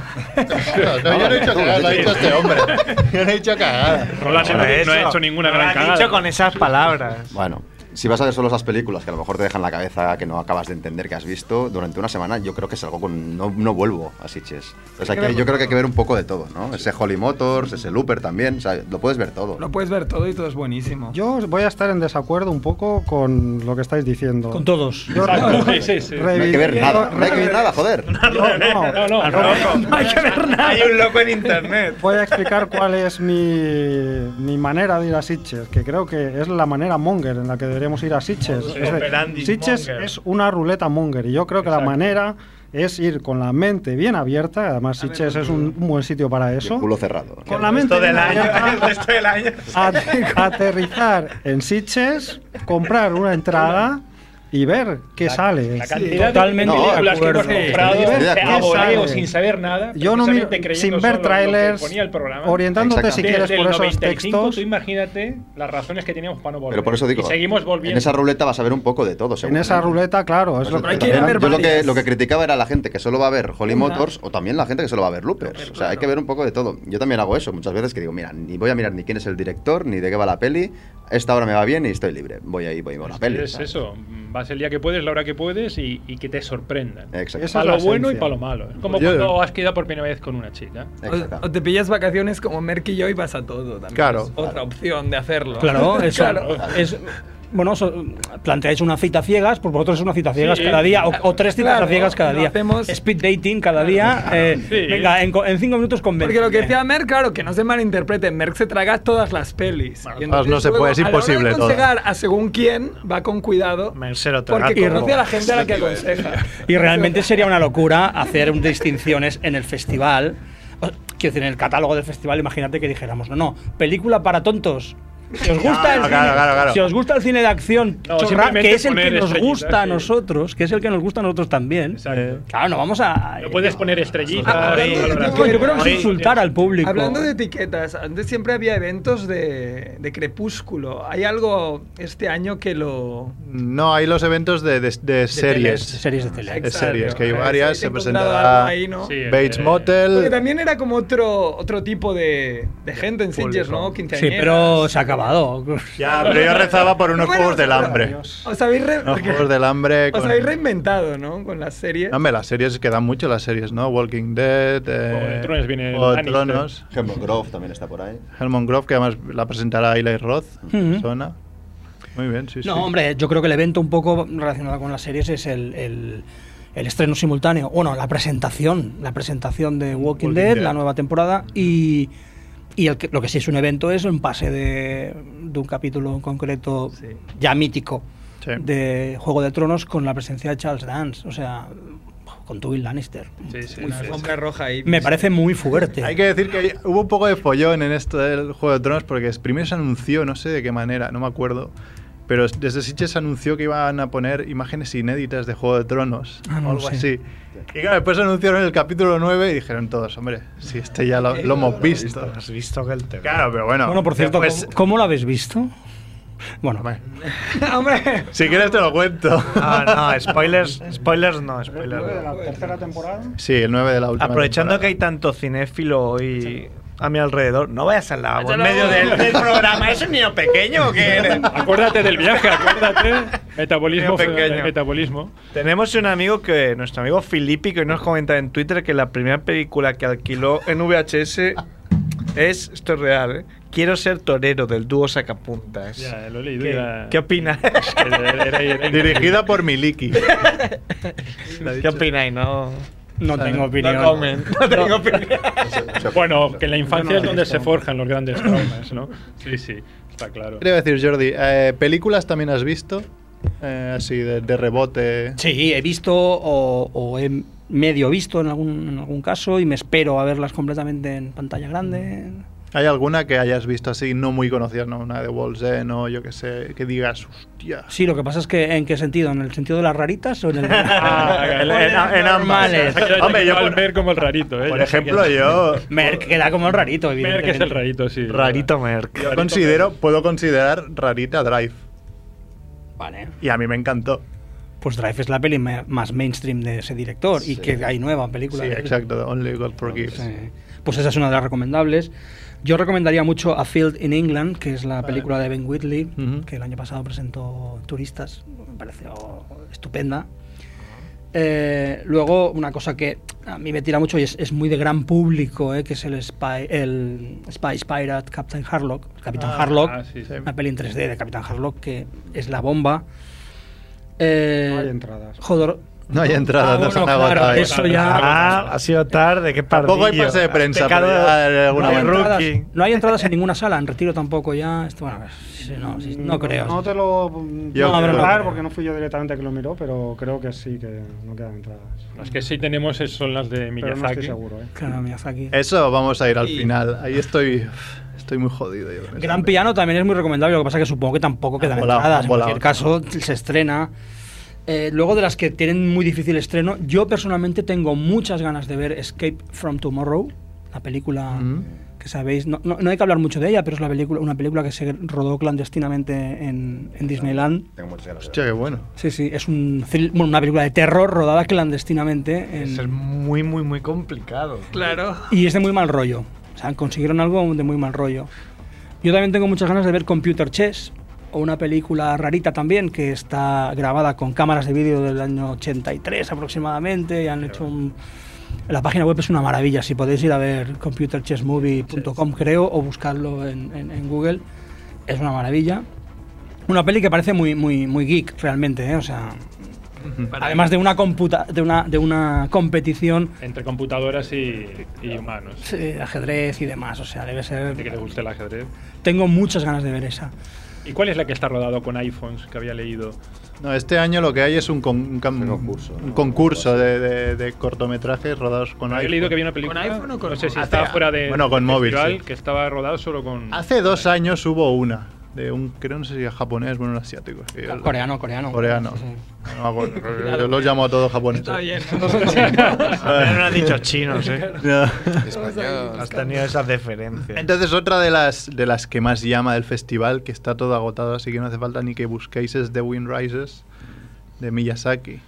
No, yo no he dicho cagadas, lo ha dicho este hombre. Yo no he dicho cagadas. Roland no ha hecho ninguna gran cagada. Lo ha dicho con esas palabras. Bueno, si vas a ver solo esas películas que a lo mejor te dejan la cabeza, que no acabas de entender que has visto, durante una semana yo creo que es algo con... No vuelvo a Sitges. O sea, yo creo que hay que ver un poco de todo, ¿no? Ese Holly Motors, ese Looper también, o sea, lo puedes ver todo. Lo puedes ver todo y todo es buenísimo. Yo voy a estar en desacuerdo un poco con lo que estáis diciendo. Con todos. Sí. No hay que ver nada, no hay que ver nada, joder. No hay que ver nada. Hay un loco en internet. Voy a explicar cuál es mi manera de ir a Sitges, que creo que es la manera monger en la que deberíamos ir a Sitges. Sitges es una ruleta monger y yo creo que la manera es ir con la mente bien abierta, además Sitges es un buen sitio para eso. El culo cerrado. Con la mente bien abierta, El resto del año. aterrizar en Sitges, comprar una entrada y ver qué sale. La cantidad totalmente de películas que hemos acuerdo. comprado a voleo sale. sin saber nada, Yo no miro, precisamente creyendo sin ver solo lo que trailers, ponía el programa. orientándote si quieres Desde por el esos 95, textos. tú imagínate las razones que teníamos para no volver. Pero por eso digo, y seguimos volviendo. en esa ruleta vas a ver un poco de todo, En seguro. esa ruleta, claro, es lo hay que que ver Yo varias. lo que criticaba era la gente que solo va a ver Holly Motors o también la gente que solo va a ver Loopers. O sea, hay que ver un poco de todo. Yo también hago eso muchas veces, que digo, mira, ni voy a mirar ni quién es el director, ni de qué va la peli. Esta hora me va bien y estoy libre. Voy a la peli. Es ¿sabes? eso, vas el día que puedes, la hora que puedes y que te sorprendan. Exacto. Esa Para es lo la bueno y esencia. para lo malo. Es como Yo- cuando has quedado por primera vez con una chica. Exacto. O te pillas vacaciones como Merck y yo y vas a todo también. Claro. Es otra opción de hacerlo. Claro, eso Claro. es. Bueno, planteáis una cita ciegas, pues vosotros es una cita ciegas Sí. cada día, o tres citas Claro, ciegas cada lo día. hacemos- Speed dating cada día. Sí. Venga, en 5 minutos convence. Porque lo que decía Merck, claro, que no se malinterprete, Merck se traga todas las pelis. Y entonces no se luego, puede, es a la hora de imposible todo. aconsejar a según quién, va con cuidado, porque conoce a la gente a la que aconseja. Y realmente sería una locura hacer distinciones en el festival. Quiero decir, en el catálogo del festival, imagínate que dijéramos, no, película para tontos. Si os gusta el cine, claro. si os gusta el cine de acción, No, chorra, simplemente que es el que poner nos estrellitas, gusta a sí. nosotros, que es el que nos gusta a nosotros también. Exacto. Claro, no vamos a. No puedes poner estrellitas. Yo creo que es insultar al público. Hablando de etiquetas, antes siempre había eventos de Crepúsculo. ¿Hay algo este año que lo...? No, hay los eventos de series. Series de tele. De series, que hay Exacto. varias, Sí, se he encontrado presentará algo ahí, ¿no? Sí, Bates el- Motel. Porque también era como otro tipo de gente en Sitges, ¿no? Sí, Quinceañeras. pero se ha acabado. Ya, pero yo rezaba por unos Bueno, juegos del pero- hambre. Os habéis, Unos juegos del hambre. os habéis reinventado, ¿no? Con las series. Hombre, las series quedan mucho, las series, ¿no? Walking Dead. Juego de Tronos viene Juego de Lannister. Tronos. Hemlock Grove también está por ahí. Hellman Grove, que además la presentará Eli Roth. Ujú. Zona. Muy bien, sí, No, sí. hombre, yo creo que el evento un poco relacionado con las series es el estreno simultáneo. Bueno, la presentación de Walking Dead, la nueva temporada, y lo que sí es un evento es un pase de un capítulo en concreto ya mítico Sí. de Juego de Tronos con la presencia de Charles Dance, o sea, con Tywin Lannister. Sí, sí. Una sombra roja ahí. Me parece muy fuerte. Hay que decir que hubo un poco de follón en esto del Juego de Tronos porque primero se anunció, no sé de qué manera, no me acuerdo, pero desde Sitges se anunció que iban a poner imágenes inéditas de Juego de Tronos Ah, no o lo algo sé. así. Y claro, después anunciaron el capítulo 9 y dijeron todos, hombre, si este ya lo hemos visto. Has visto que el tema. Claro, pero bueno. Bueno, por cierto, después- ¿cómo lo habéis visto? Bueno, ¡Hombre! si quieres te lo cuento. No, spoilers no, ¿De la tercera temporada? Sí, el 9 de la última. Aprovechando temporada. que hay tanto cinéfilo hoy a mi alrededor, no vayas al lavabo en medio del programa. ¿Es un niño pequeño o qué eres? Acuérdate del viaje, acuérdate. Metabolismo, Niño pequeño. metabolismo. Tenemos un amigo que, nuestro amigo Filippi, que hoy nos comenta en Twitter que la primera película que alquiló en VHS es, esto es real, ¿eh? Quiero ser torero del dúo Sacapuntas. Ya, lo he leído. ¿Qué opinas? Dirigida por Miliki. ¿Qué opináis? No tengo opinión. no tengo opinión. Bueno, que en la infancia es donde se forjan los grandes traumas, ¿no? Sí, sí, está claro. Quería decir, Jordi, ¿películas también has visto? Así, de rebote. Sí, he visto o he medio visto en algún caso y me espero a verlas completamente en pantalla grande. ¿Hay alguna que hayas visto así, no muy conocida, no? Una de Walls End o yo que sé, que digas, hostia. Sí, lo que pasa es que ¿en qué sentido? ¿En el sentido de las raritas o en el en ambas. Hombre, yo por ver como el rarito, ¿eh? Por ejemplo, yo Merck queda como el rarito, Merck evidentemente. es el rarito, sí. Rarito Merck. puedo considerar rarita Drive. Vale. Y a mí me encantó. Pues Drive es la peli más mainstream de ese director y que hay nueva película. Sí, de él. exacto, Only God Forgives. Sí. Pues esa es una de las recomendables. Yo recomendaría mucho A Field in England, que es la película de Ben Wheatley, que el año pasado presentó Turistas. Me pareció estupenda. Luego, una cosa que a mí me tira mucho y es muy de gran público, que es el Spice Pirate Captain Harlock. Capitán Harlock, una peli en 3D de Capitán Harlock que es la bomba. No hay entradas. No hay entradas, no se han agotado. Claro, eso ya... ha sido tarde, qué pardillo. Tampoco hay pase de prensa, Pecado, no hay entradas en ninguna sala, en Retiro tampoco ya. Bueno, no creo. No te lo Yo creo porque no fui yo directamente que lo miró, pero creo que sí, que no quedan entradas. Las que sí tenemos son las de Miyazaki. Pero no estoy seguro, Claro, Miyazaki. Eso vamos a ir al final. Ahí estoy muy jodido. Yo Gran Piano también es muy recomendable, lo que pasa es que supongo que tampoco quedan entradas. En cualquier caso, se estrena. Luego, de las que tienen muy difícil estreno, yo personalmente tengo muchas ganas de ver Escape from Tomorrow, la película que sabéis, no hay que hablar mucho de ella, pero es una película que se rodó clandestinamente en Disneyland. Tengo muchas ganas. Hostia, qué bueno. Sí, es una película de terror rodada clandestinamente. Es muy, muy, muy complicado. Claro. Y es de muy mal rollo. O sea, consiguieron algo de muy mal rollo. Yo también tengo muchas ganas de ver Computer Chess, o una película rarita también que está grabada con cámaras de vídeo del año 83 aproximadamente y han hecho la página web es una maravilla, si podéis ir a ver computerchessmovie.com creo, o buscarlo en Google, es una maravilla. Una peli que parece muy, muy, muy geek realmente, o sea, además de una competición entre computadoras y humanos. Sí, ajedrez y demás, o sea, debe ser... ¿De que te guste el ajedrez? Tengo muchas ganas de ver esa. ¿Y cuál es la que está rodado con iPhones que había leído? No, este año lo que hay es un concurso de cortometrajes rodados con iPhone. Había leído que había una película. ¿Con iPhone o con? No sé si estaba fuera de. Bueno, con móvil. Sí. Que estaba rodado solo con. Hace 2 años hubo una. De un, creo, no sé si es japonés, bueno, un asiático. Coreano. Sí. No me acuerdo. Yo los llamo a todos japoneses. Está bien. No han dicho chinos, No. Has tenido esa deferencia. Entonces, otra de las que más llama del festival, que está todo agotado, así que no hace falta ni que busquéis, es The Wind Rises, de Miyazaki.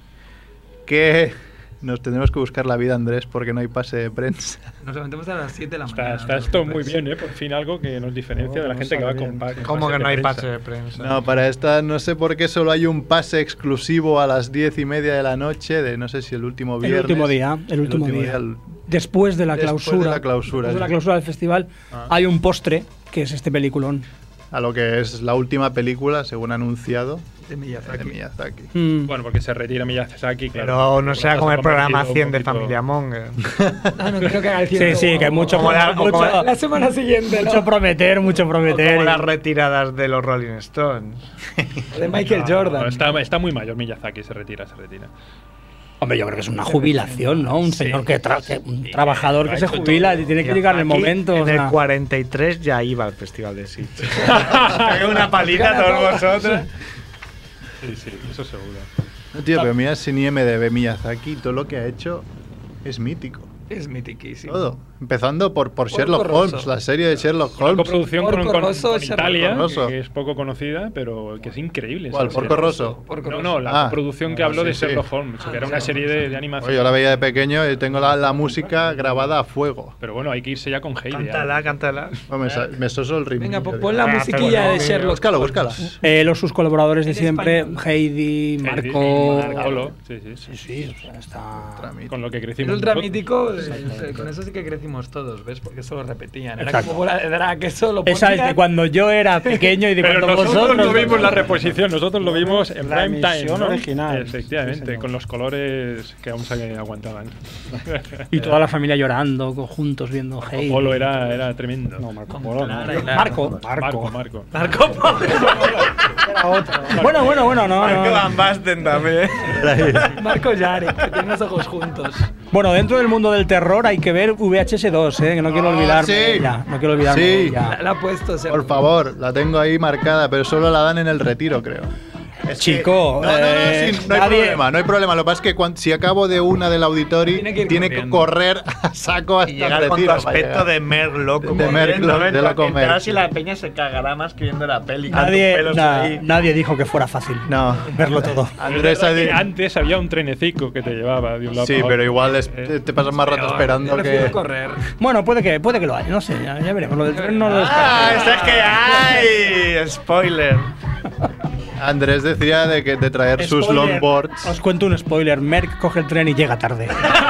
Que nos tendremos que buscar la vida, Andrés, porque no hay pase de prensa. Nos levantamos a las 7 de la mañana. Está esto muy bien, Por fin algo que nos diferencia de la gente que va con pase. ¿Cómo que no hay pase de prensa? No, para esta no sé por qué solo hay un pase exclusivo a las 10:30 de la noche, de no sé si el último viernes. El último día. Después de la clausura. Después de la clausura del festival hay un postre, que es este peliculón. A lo que es la última película, según anunciado, de Miyazaki. Bueno, porque se retira Miyazaki, claro. Pero no sea como el programa 100 de Familia Monger. No creo que haga el 100. Sí, que mucho la semana siguiente. Mucho prometer. Como las retiradas de los Rolling Stones. De Michael Jordan. Está muy mayor Miyazaki, se retira. Hombre, yo creo que es un jubilación, ¿no? Un señor un trabajador que se jubila y tiene que llegar el momento. En el 43 ya iba al Festival de Sitges. Una paliza a todos vosotros. Sí, eso seguro. No, tío, pero mira Shin de Miyazaki, todo lo que ha hecho es mítico. Es mitiquísimo. Todo. Empezando por Sherlock Holmes, la serie de Sherlock Holmes. Una coproducción con Italia, que es poco conocida, pero que es increíble. ¿Cuál? ¿Porco Rosso? No, la producción que habló de Sherlock Holmes, que era una serie de animación. Oye, yo la veía de pequeño y tengo la música grabada a fuego. Pero bueno, hay que irse ya con Heidi. Cántala. Me soso el ritmo. Venga, pues pon la musiquilla de Sherlock. Búscala. Sus colaboradores de siempre, Heidi, Marco. Sí, está con lo que crecimos. El ultra mítico, con eso sí que crecimos todos, ¿ves? Porque eso lo repetían. Era como bola de drag, que eso lo ponían. Esa es de cuando yo era pequeño y de pero cuando nosotros no vimos la reposición, nosotros lo vimos en prime time, ¿no? Original. Efectivamente, con los colores que aún se aguantaban. Y toda la familia llorando, juntos viendo Marco Polo era tremendo. No, Marco Polo no. Marco Polo. Era otro. Bueno, no. Marco Van Basten también. Marco Yarek, que tiene los ojos juntos. Bueno, dentro del mundo del terror hay que ver VHS 2, que no quiero olvidarme. Ya, no quiero olvidarme. Sí. La ha puesto. Por favor, la tengo ahí marcada, pero solo la dan en el Retiro, creo. Chico, no hay problema, no hay problema. Lo que pasa es que si acabo de una del auditorio, tiene que correr a saco hasta y llegar con tu aspecto de Merck loco. De Merck loco. Entrarás y la peña se cagará más que viendo la peli. Nadie dijo que fuera fácil verlo todo. Antes había un trenecico que te llevaba de un lado. Sí, pero igual te pasas más rato esperando que correr. Bueno, puede que lo haya, no sé, ya veremos. Lo del tren no lo eso es que hay spoiler. Andrés decía de traer sus longboards. Os cuento un spoiler. Merck coge el tren y llega tarde.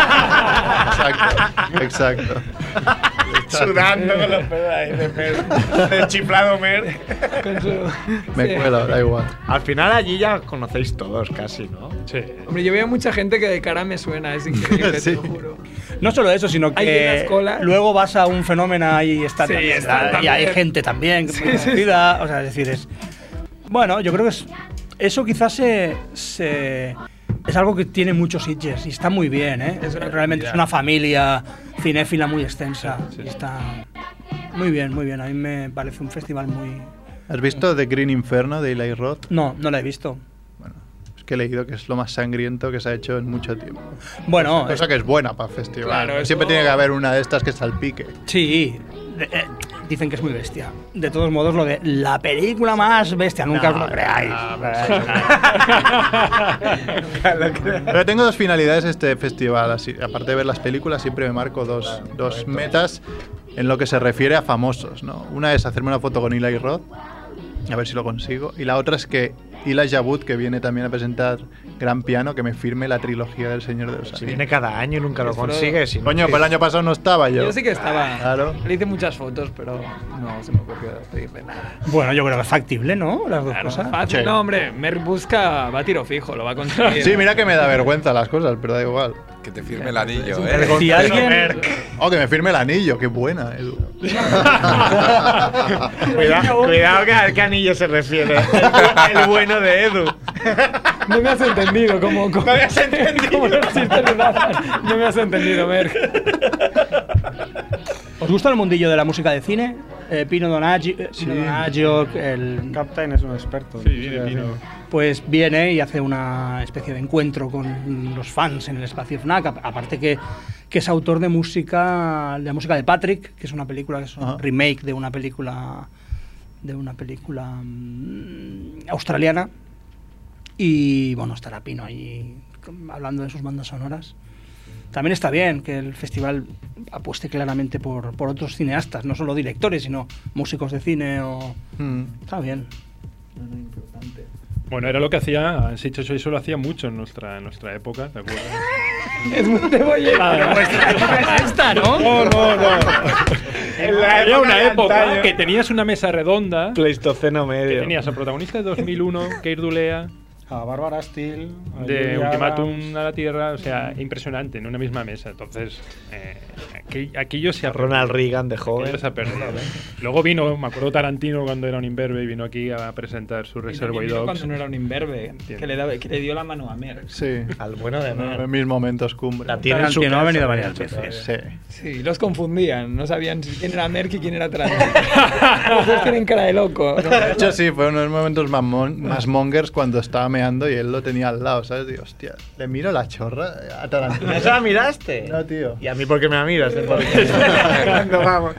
Exacto. Sudando con los pedos ahí de chiflado Merck. Me cuelo, da igual. Al final allí ya conocéis todos casi, ¿no? Sí. Hombre, yo veo mucha gente que de cara me suena, es increíble, te lo juro. No solo eso, sino que luego vas a un fenómeno y está y hay gente también conocida, o sea, es decir, bueno, yo creo que eso quizás es algo que tiene muchos Sitges y está muy bien, ¿eh? Realmente es una familia cinéfila muy extensa. Y está muy bien, muy bien. A mí me parece un festival muy... ¿Has visto The Green Inferno de Eli Roth? No, no la he visto. Bueno, es que he leído que es lo más sangriento que se ha hecho en mucho tiempo. Bueno... Cosa que es buena para festival. Claro, siempre tiene que haber una de estas que salpique. Sí, dicen que es muy bestia. De todos modos, lo de la película más bestia, nunca os lo creáis. Pero tengo dos finalidades este festival. Así, aparte de ver las películas, siempre me marco dos metas en lo que se refiere a famosos, ¿no? Una es hacerme una foto con Eli Roth, a ver si lo consigo. Y la otra es que Elijah Wood, que viene también a presentar Gran Piano, que me firme la trilogía del Señor de los Anillos. Si viene cada año y nunca lo consigue. Coño, pues el año pasado no estaba yo. Yo sí que estaba. Claro. Le hice muchas fotos, pero no se me ocurrió pedirle nada. Bueno, yo creo que es factible, ¿no? Las dos cosas. Fácil. Sí. No, hombre, Merck busca, va a tiro fijo, lo va a conseguir. Sí, mira que me da vergüenza las cosas, pero da igual. Que te firme el anillo, Si alguien... Que me firme el anillo, qué buena, Edu. Cuidado que a qué anillo se refiere. El bueno de Edu. No me has entendido, como no me has entendido. No me has entendido, Merck. ¿Os gusta el mundillo de la música de cine? Pino Donaggio, el Captain es un experto. Sí, viene Pino. Pues viene y hace una especie de encuentro con los fans en el espacio FNAC. Aparte que es autor de música de Patrick, que es una película que es un remake de una película australiana. Y bueno, estará Pino ahí hablando de sus bandas sonoras. También está bien que el festival apueste claramente por otros cineastas, no solo directores, sino músicos de cine Está bien. Bueno, era lo que hacía Sitges, eso lo hacía mucho en nuestra época, ¿te acuerdas? Es muy cebolleta. Es esta, ¿no? No. Había una época que tenías una mesa redonda. Pleistoceno medio. Que tenías al protagonista de 2001, Keir Dullea. A Bárbara Steele. De Ultimátum a la Tierra, o sea, impresionante, en una misma mesa. Entonces, aquello se ha Ronald Reagan de joven. Se ha perdido. Luego vino, me acuerdo Tarantino cuando era un imberbe y vino aquí a presentar su Reservoir Dogs. Cuando no era un imberbe, que le dio la mano a Merck. Sí. Al bueno de Merck. En mis momentos cumbre. Tarantino ha venido varias veces. Sí, los confundían. No sabían quién era Merck y quién era Tarantino. Los dos tienen cara de loco. ¿No? De hecho, sí, fue uno de los momentos más mongers cuando estaba meando y él lo tenía al lado, ¿sabes? Digo, hostia, le miro la chorra a Tarantino. ¿Esa la miraste? No, tío. ¿Y a mí por qué me miras? Cuando vamos.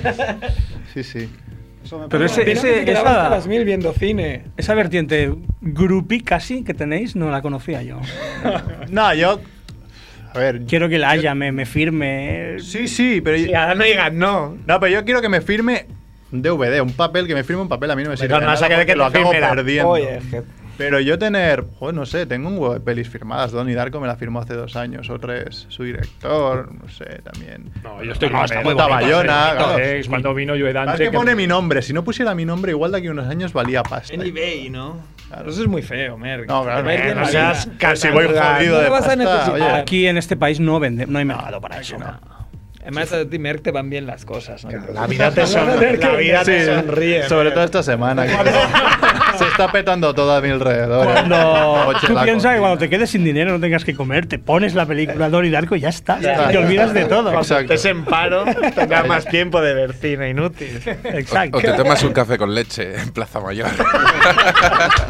Sí. Pero esa a las 1000 viendo cine. Esa vertiente groupie casi que tenéis no la conocía yo. No, yo... A ver... Quiero que la haya, me firme... Sí, pero... Y ahora no digas no. No, pero yo quiero que me firme un DVD, un papel, que me firme un papel. A mí no me sirve no saque de que lo acabo perdiendo. Oye, pero yo tener, no sé, tengo un huevo de pelis firmadas. Donnie Darko me la firmó hace 2 años o 3. Su director, no sé, también. No, yo estoy con Bayona. Es cuando vino Joe Dante. Es que pone mi nombre. Si no pusiera mi nombre, igual de aquí a unos años valía pasta. En eBay, ¿no? Claro. Eso es muy feo, Merck. No, claro. No seas casi voy jodido de pasta. Aquí en este país no hay mercado para eso. Además, a ti, Merck, te van bien las cosas, ¿no? La vida te sonríe. Sobre todo esta semana. Que se está petando todo a mi alrededor. Tú piensas que cuando te quedes sin dinero no tengas que comer, te pones la película Donnie Darko y ya está. Te olvidas de todo. Cuando estés en paro, tendrás más tiempo de ver cine inútil. Exacto. O te tomas un café con leche en Plaza Mayor.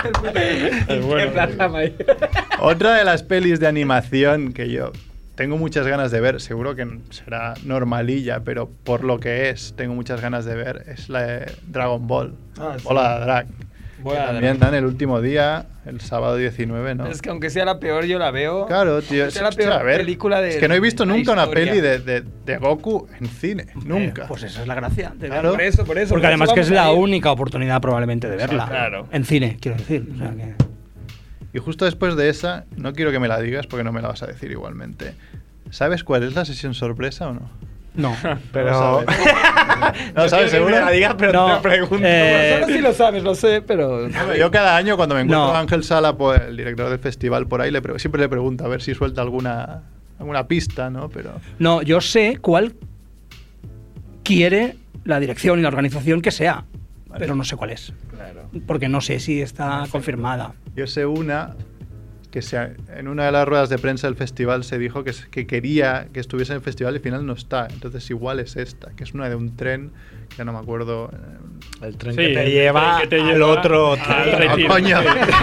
Otra de las pelis de animación que yo tengo muchas ganas de ver, seguro que será normalilla, pero por lo que es, tengo muchas ganas de ver, es la de Dragon Ball. Bola de Drag. También dan el último día, el sábado 19, ¿no? Es que aunque sea la peor, yo la veo. Claro, tío. Es la peor película de. Es que no he visto nunca una peli de Goku en cine. Nunca. Pues esa es la gracia. Claro. Por eso. Porque además que es la única oportunidad probablemente de verla. Claro. En cine, quiero decir. O sea que... Y justo después de esa, no quiero que me la digas porque no me la vas a decir igualmente. ¿Sabes cuál es la sesión sorpresa o no? No, pero... ¿No sabes seguro? Que me la digas, pero no, te pregunto. Solo si lo sabes, lo sé, pero... Yo cada año cuando me encuentro a Ángel Sala, pues, el director del festival, por ahí, siempre le pregunto a ver si suelta alguna pista, ¿no? Pero... No, yo sé cuál quiere la dirección y la organización que sea, pero no sé cuál es. Claro. Porque no sé si está confirmada. Yo sé una que en una de las ruedas de prensa del festival se dijo que quería que estuviese en el festival y al final no está. Entonces igual es esta, que es una de un tren, ya no me acuerdo. El tren que te lleva al otro tren. Coño.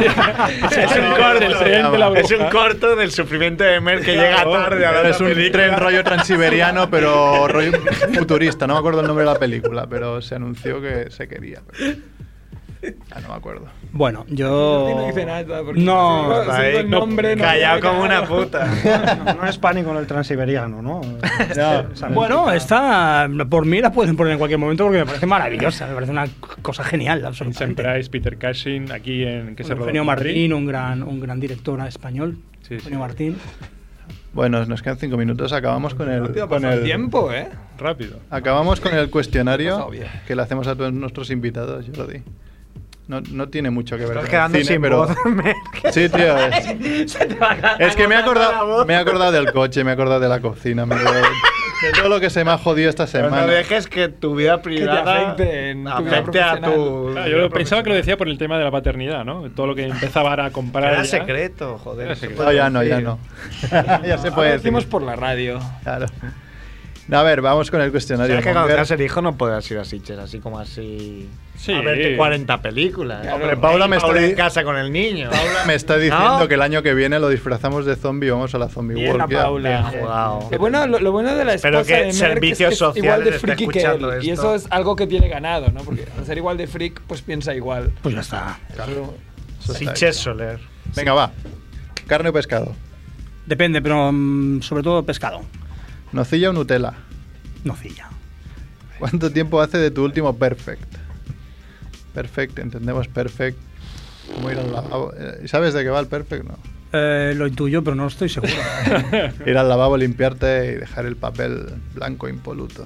Es un corto del sufrimiento de Mer que llega tarde a la Es un tren rollo transiberiano, pero rollo futurista. No me acuerdo el nombre de la película, pero se anunció que se quería. No me acuerdo. Bueno, yo... No dice nada porque no, sigo el nombre, callado como una puta. No es pánico en el transiberiano, ¿no? Bueno, esta por mí la pueden poner en cualquier momento porque me parece maravillosa, me parece una cosa genial, absolutamente. Siempre Peter Cushing aquí en que se rodó. Eugenio Martín, un gran director español. Sí, Eugenio Martín. Bueno, nos quedan 5 minutos. Acabamos con el tiempo, ¿eh? Rápido. Acabamos con el cuestionario que le hacemos a todos nuestros invitados, Jordi. No tiene mucho que ver con el cine, sin pero... voz, sí, tío. Es que me he acordado del coche, me he acordado de la cocina, de todo lo que se me ha jodido esta semana. Pero no dejes que tu vida privada afecte a tu... Claro, yo pensaba que lo decía por el tema de la paternidad, ¿no? Todo lo que empezaba a comprar. Era secreto, joder. Era secreto. No, ya no. Ya se puede decir. Lo decimos decir. por la radio. Claro. A ver, vamos con el cuestionario. ¿Sabes que cuando tengas el hijo no podrás ir a Sitges así como así? Sí. A verte 40 películas. Hombre, Paula me está en casa con el niño. Paula me está diciendo que el año que viene lo disfrazamos de zombie y vamos a la Zombie Bien, World. Paula. Bien jugado. Lo bueno de la esposa que de Merck servicios es que es igual de sociales friki está que él. escuchando Y esto. eso es algo que tiene ganado, ¿no? Porque al ser igual de freak, pues piensa igual. Pues ya está. Claro. Sitges Soler. Venga, va. ¿Carne o pescado? Depende, pero sobre todo pescado. ¿Nocilla o Nutella? Nocilla. ¿Cuánto tiempo hace de tu último perfect? Perfect, entendemos perfect. ¿Cómo ir al lavabo? ¿Sabes de qué va el perfect? No. Lo intuyo, pero no estoy seguro. Ir al lavabo, limpiarte y dejar el papel blanco impoluto.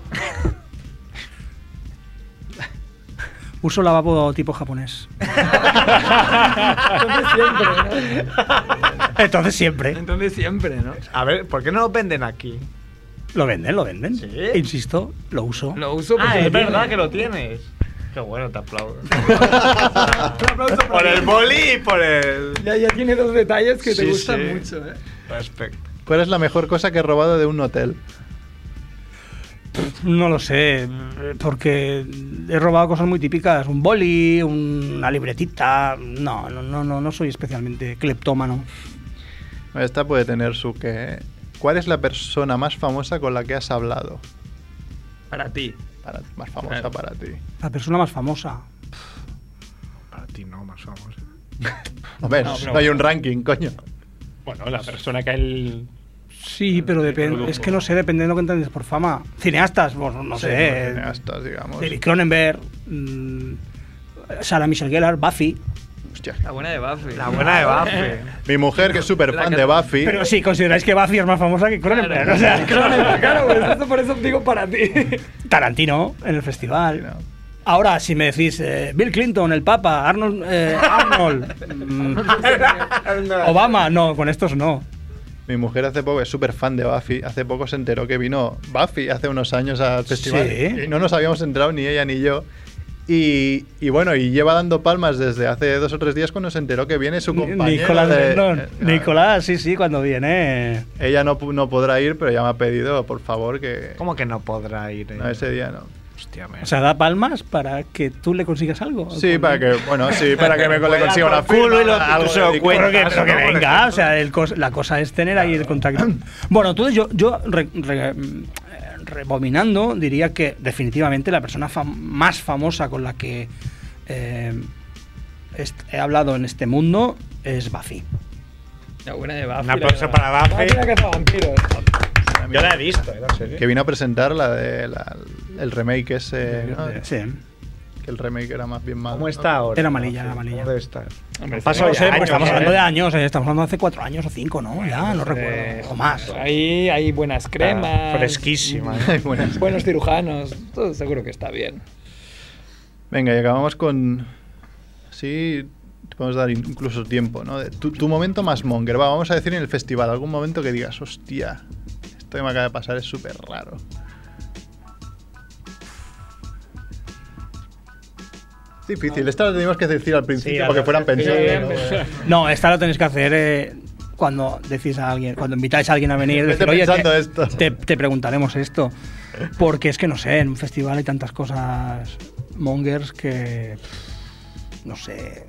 Uso lavabo tipo japonés. Entonces siempre, ¿no? A ver, ¿por qué no lo venden aquí? Lo venden. ¿Sí? Insisto, lo uso. Lo uso porque Es lo verdad tiene. que lo tienes. Qué bueno, te aplaudo. Por el boli y por el... Ya tiene dos detalles que te Sí, gustan sí. mucho, ¿eh? Respecto. ¿Cuál es la mejor cosa que he robado de un hotel? No lo sé, porque he robado cosas muy típicas. Un boli, una libretita. No soy especialmente cleptómano. Esta puede tener su qué. ¿Cuál es la persona más famosa con la que has hablado? Para ti. Más famosa para ti. La persona más famosa. Para ti no, más famoso. A ver, no hay un ranking, coño. Bueno, la persona que él... Sí, pero depende. Es que no sé, depende de lo que entiendes por fama. Cineastas, pues no sé. Cineastas, digamos. David Cronenberg, Sarah Michelle Gellar, Buffy. Hostia. La buena de Buffy. La buena de Buffy. Mi mujer, que es súper fan de Buffy. Pero sí, consideráis que Buffy es más famosa que Cronenberg. O sea, Claro, pues por eso digo para ti. Tarantino en el festival. No. Ahora, si me decís Bill Clinton, el Papa, Arnold, Obama, no, con estos no. Mi mujer hace poco es súper fan de Buffy. Hace poco se enteró que vino Buffy hace unos años al festival. Sí. Y no nos habíamos enterado ni ella ni yo. Y bueno, y lleva dando palmas desde hace 2 o 3 días cuando se enteró que viene su compañero. Nicolás de- Rendón. Nicolás, sí, cuando viene. Ella no podrá ir, pero ya me ha pedido, por favor, que... ¿Cómo que no podrá ir? No, ese día no. Hostia, O sea, da palmas para que tú le consigas algo. Sí, para que me le consiga una culo y algo se lo cuentas, pero que venga, o sea, la cosa es tener ahí el contacto. Bueno, entonces yo rebobinando, diría que definitivamente la persona más famosa con la que he hablado en este mundo es Buffy. La buena de Buffy. Un aplauso para Buffy. Buffy la caza vampiros. Yo la he visto, no sé. Que vino a presentar el remake ese, ¿no? Sí. Que el remake era más bien malo. ¿Cómo está ahora? Era malilla. ¿Cómo debe estar? Hombre, Pasó No ya sé, años, pues estamos hablando ¿eh? de años, estamos hablando de hace 4 años o 5, ¿no? Ya, no recuerdo. O más. Ahí hay buenas cremas. Fresquísima. Buenos cirujanos. Todo seguro que está bien. Venga, y acabamos con... Sí, te podemos dar incluso tiempo, ¿no? Tu momento más monger. Vamos a decir en el festival, algún momento que digas, hostia, esto que me acaba de pasar es súper raro. Es difícil, esta lo teníamos que decir al principio porque fueran pensados. No, esta lo tenéis que hacer cuando decís a alguien, cuando invitáis a alguien a venir, decir, oye, te preguntaremos esto. Porque es que no sé, en un festival hay tantas cosas mongers que no sé.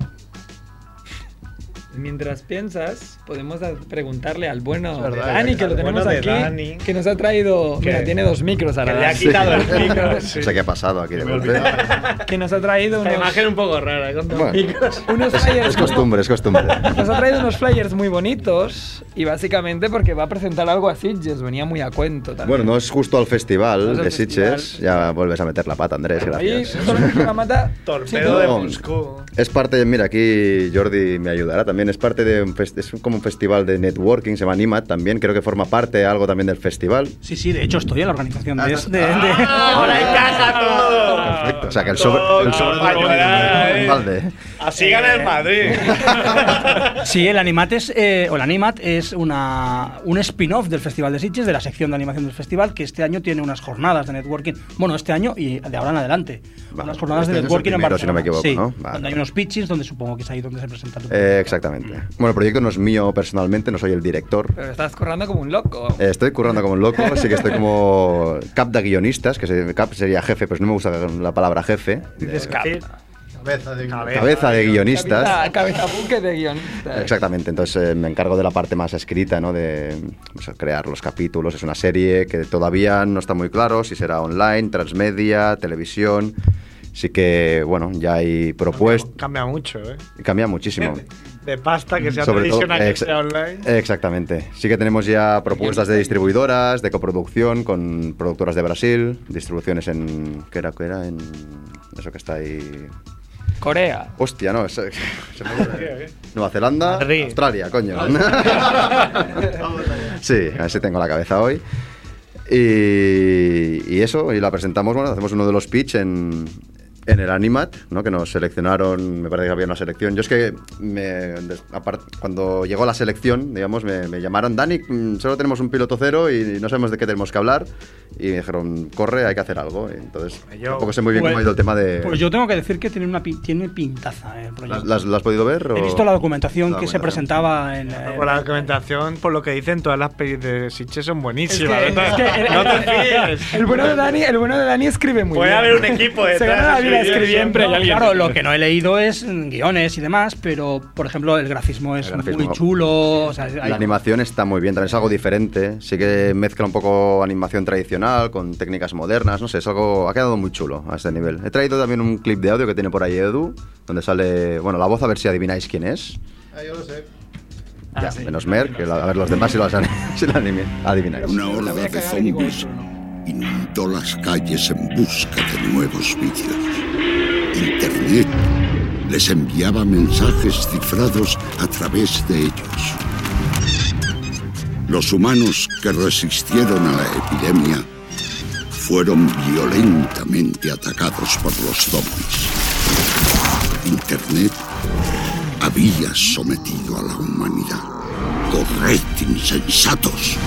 Mientras piensas, podemos preguntarle al bueno de verdad, Dani, que lo tenemos bueno de aquí, Dani. que nos ha traído... ¿Qué? Mira, tiene 2 micros ahora. Que le ha quitado el micro. No sé qué ha pasado aquí de golpe. Que nos ha traído La unos... imagen un poco rara. Con dos Bueno. micros. unos flyers. Es costumbre, es costumbre. Nos ha traído unos flyers muy bonitos y básicamente porque va a presentar algo a Sitges, venía muy a cuento también. Bueno, no es justo al No festival es al de Sitges. festival. Ya vuelves a meter la pata, Andrés, Ahí, gracias. la mata. Torpedo de No, Moscú. Es parte, mira, aquí Jordi me ayudará también, es parte de es como un festival de networking, se llama Animat también, creo que forma parte algo también del festival. Sí, de hecho estoy en la organización de este. ¡Ahora encaja todo! Perfecto, o sea que el sobre para ayudar, un balde. Así gana el Madrid. Sí, el Animat es un spin-off del Festival de Sitges, de la sección de animación del festival, que este año tiene unas jornadas de networking. Bueno, este año y de ahora en adelante. Vale, unas jornadas este de año es el networking en primero, Barcelona. si no me equivoco, sí, ¿no? Vale, donde hay unos pitches, donde supongo que es ahí donde se presenta tu Exactamente. Bueno, el proyecto no es mío personalmente, no soy el director. Pero estás currando como un loco. Estoy currando como un loco, así que estoy como cap de guionistas, que cap sería jefe, pero no me gusta la palabra jefe. Dices cap. Cabeza de guionistas. Cabeza buque de guionistas. Exactamente, entonces me encargo de la parte más escrita, ¿no? De crear los capítulos. Es una serie que todavía no está muy claro si será online, transmedia, televisión. Sí que, bueno, ya hay propuestas. Cambia mucho, ¿eh? Cambia muchísimo. De pasta que sea Sobre todo, tradicional, que sea online. Exactamente. Sí que tenemos ya propuestas de distribuidoras, de coproducción con productoras de Brasil, distribuciones en... ¿Qué era? En eso que está ahí... Corea. Hostia, no, Nueva Zelanda, Madrid. Australia, coño. Sí, así tengo la cabeza hoy. Y eso, y la presentamos, bueno, hacemos uno de los pitch en el Animat, ¿no? Que nos seleccionaron, me parece que había una selección. Yo es que, cuando llegó la selección, digamos, me llamaron, Dani, solo tenemos un piloto cero y no sabemos de qué tenemos que hablar. Y me dijeron, corre, hay que hacer algo. Y entonces, tampoco sé muy bien cómo ha ido el tema de... Pues yo tengo que decir que tiene pintaza el proyecto. ¿Las has podido ver? He visto la documentación que se presentaba en... Por la documentación, por lo que dicen, todas las pelis de Sitges son buenísimas. Es que no te fíes. El bueno de Dani escribe muy Puede bien. haber un equipo detrás. Se gana la vida escribiendo. Siempre hay alguien. Claro, lo que no he leído es guiones y demás, pero, por ejemplo, el grafismo es muy chulo. O sea, La animación está muy bien, también es algo diferente. Sí que mezcla un poco animación tradicional con técnicas modernas, no sé, es algo, ha quedado muy chulo a este nivel. He traído también un clip de audio que tiene por ahí Edu, donde sale, bueno, la voz, a ver si adivináis quién es. Yo lo sé. Ya, sí. Menos Mer, que a ver los demás si lo adivináis. Una oleada de zombies inundó las calles en busca de nuevos vicios. Internet les enviaba mensajes cifrados a través de ellos. Los humanos que resistieron a la epidemia fueron violentamente atacados por los zombies. Internet había sometido a la humanidad. ¡Corred, insensatos!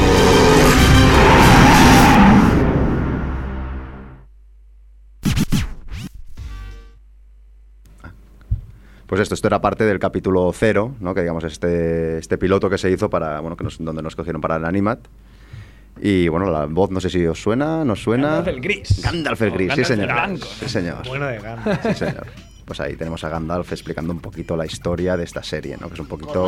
Pues esto era parte del capítulo 0, ¿no? Que digamos este piloto que se hizo para, bueno, donde nos cogieron para el Animat. Y bueno, la voz no sé si os suena, ¿nos suena? Gandalf el Gris. Gandalf el Gris, sí señor. Blanco. Sí señor. Bueno de Gandalf. Sí señor. Pues ahí tenemos a Gandalf explicando un poquito la historia de esta serie, ¿no? Que es un poquito...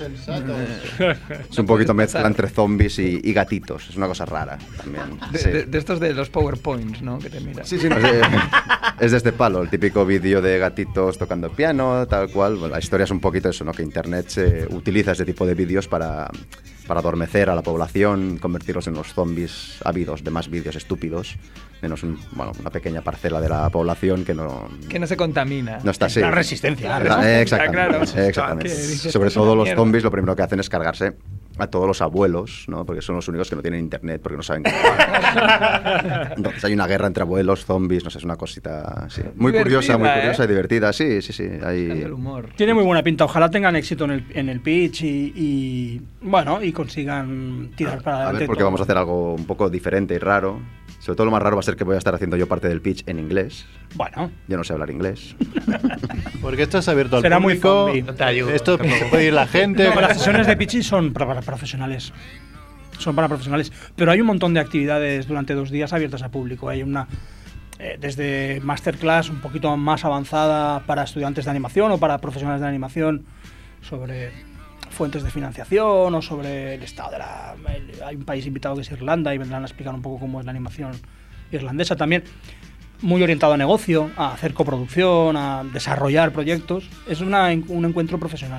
Es un poquito mezcla entre zombies y gatitos. Es una cosa rara también. De estos de los PowerPoints, ¿no? Que te miras. Sí, no, es de este palo, el típico vídeo de gatitos tocando piano, tal cual. Bueno, la historia es un poquito eso, ¿no? Que Internet se utiliza este tipo de vídeos para adormecer a la población, convertirlos en unos zombies ávidos de más vídeos estúpidos, menos una pequeña parcela de la población que no se contamina. No está así. La resistencia. Exactamente. Sobre todo los zombies lo primero que hacen es cargarse a todos los abuelos, ¿no? Porque son los únicos que no tienen internet, porque no saben qué hacer. Entonces hay una guerra entre abuelos, zombies, no sé, es una cosita así. Muy curiosa y divertida. Sí. El humor. Tiene muy buena pinta. Ojalá tengan éxito en el pitch y consigan tirar para adelante. A ver, porque vamos a hacer algo un poco diferente y raro. Sobre todo lo más raro va a ser que voy a estar haciendo yo parte del pitch en inglés. Bueno. Yo no sé hablar inglés. Porque esto es abierto al Será público. Muy no te ayudo. Esto puede ir la gente. No, las sesiones de pitching son para profesionales. Son para profesionales. Pero hay un montón de actividades durante 2 días abiertas al público. Hay una desde masterclass un poquito más avanzada para estudiantes de animación o para profesionales de animación sobre fuentes de financiación o sobre el estado de hay un país invitado que es Irlanda y vendrán a explicar un poco cómo es la animación irlandesa también, muy orientado a negocio, a hacer coproducción, a desarrollar proyectos. Es un encuentro profesional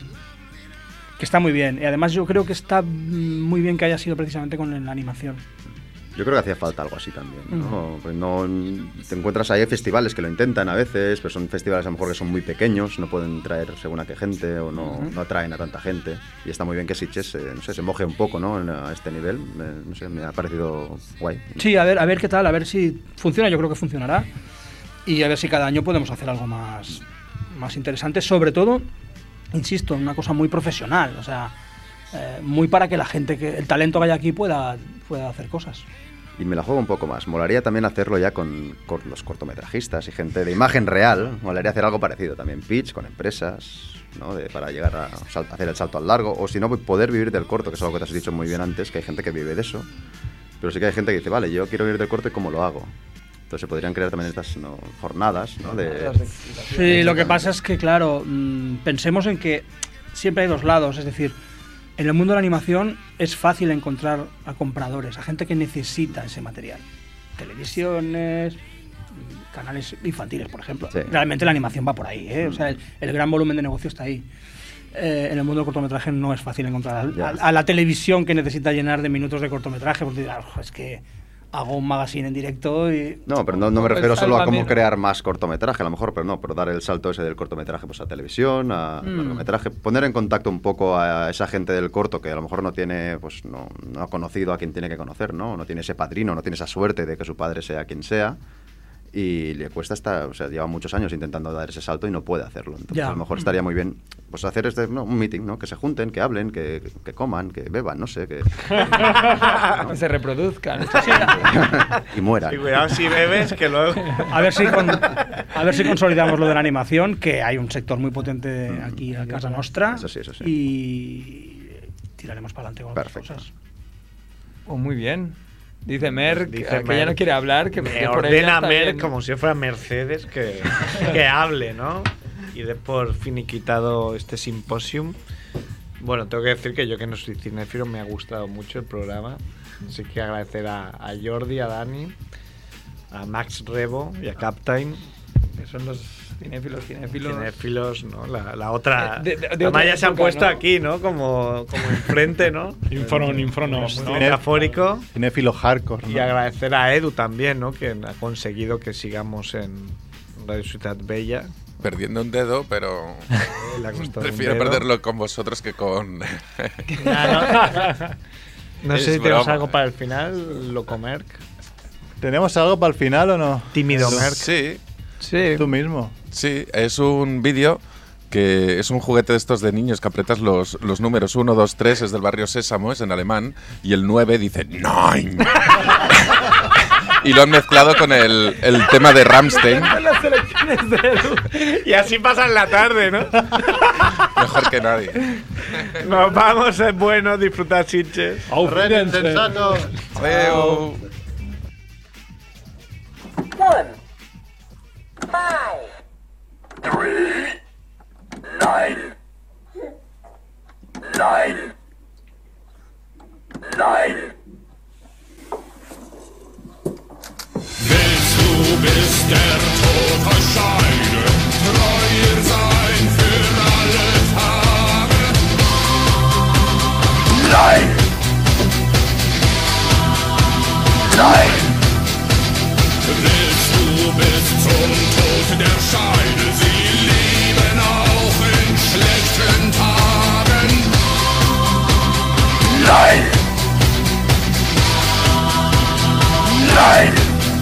que está muy bien y además yo creo que está muy bien que haya sido precisamente con la animación. Yo creo que hacía falta algo así también, ¿no? Pues no te encuentras ahí festivales que lo intentan a veces, pero son festivales a lo mejor que son muy pequeños, no pueden traer según a qué gente o no atraen a tanta gente. Y está muy bien que Sitges se moje un poco, ¿no? A este nivel. No sé, me ha parecido guay. Sí, a ver qué tal, a ver si funciona. Yo creo que funcionará y a ver si cada año podemos hacer algo más interesante. Sobre todo, insisto, en una cosa muy profesional, o sea, muy para que la gente, que el talento que haya aquí pueda hacer cosas. Y me la juego un poco más. Molaría también hacerlo ya con los cortometrajistas y gente de imagen real. Molaría hacer algo parecido también. Pitch con empresas, ¿no? Para llegar a hacer el salto al largo. O si no, poder vivir del corto, que es algo que te has dicho muy bien antes, que hay gente que vive de eso. Pero sí que hay gente que dice, vale, yo quiero vivir del corto y ¿cómo lo hago? Entonces se podrían crear también estas jornadas, ¿no? Sí, lo que pasa es que, claro, pensemos en que siempre hay dos lados. Es decir, en el mundo de la animación es fácil encontrar a compradores, a gente que necesita ese material. Televisiones, canales infantiles, por ejemplo. Sí. Realmente la animación va por ahí, ¿eh? O sea, el gran volumen de negocio está ahí. En el mundo del cortometraje no es fácil encontrar a la televisión que necesita llenar de minutos de cortometraje, porque es que hago un magazine en directo y... No, pero no me refiero solo a cómo crear más cortometraje, a lo mejor, pero dar el salto ese del cortometraje pues a televisión, a largometraje, poner en contacto un poco a esa gente del corto que a lo mejor no tiene, pues no ha conocido a quien tiene que conocer, no tiene ese padrino, no tiene esa suerte de que su padre sea quien sea, y le cuesta lleva muchos años intentando dar ese salto y no puede hacerlo. Entonces a lo mejor estaría muy bien pues hacer un meeting, ¿no? Que se junten, que hablen, que coman, que beban, no sé, que se reproduzcan y mueran. Y cuidado si bebes, que luego a ver si consolidamos lo de la animación, que hay un sector muy potente aquí a casa nostra. Eso sí. Y tiraremos para adelante con otras cosas. Oh, muy bien. Dice Merck que ya no quiere hablar, que me ordena Merck como si fuera Mercedes que hable, ¿no? Y de por finiquitado este simposium. Bueno, tengo que decir que yo, que no soy cinéfilo, me ha gustado mucho el programa. Así que agradecer a Jordi, a Dani, a Max Rebo y a Captain, que son los cinéfilos, ¿no? La otra. La Maya se han puesto, ¿no? Aquí, ¿no? Como enfrente, ¿no? Infronos, ¿no? Metafórico. Cinéfilo hardcore, ¿no? Y agradecer a Edu también, ¿no? Que ha conseguido que sigamos en Radio Ciutat Bella. Perdiendo un dedo, pero prefiero perderlo con vosotros que con... No sé si tenemos algo para el final, loco Merck. ¿Tenemos algo para el final o no? Tímido Merck. Sí. Tú mismo. Sí, es un vídeo que es un juguete de estos de niños que apretas los números 1, 2, 3, es del barrio Sésamo, es en alemán, y el 9 dice 9. Y lo han mezclado con el tema de Rammstein. desde Edu. Y así pasan la tarde, ¿no? Mejor que nadie. Nos vamos, es bueno disfrutar Sitges. Auf Wiedersehen. Sensatos. Adeu. 1, 5, 3, 9, 9, 9. Willst du bis der Tod euch scheiden, treu sein für alle Tage? Nein! Nein! Willst du bis zum Tod der Scheide sie lieben auch in schlechten Tagen? Nein! Nein!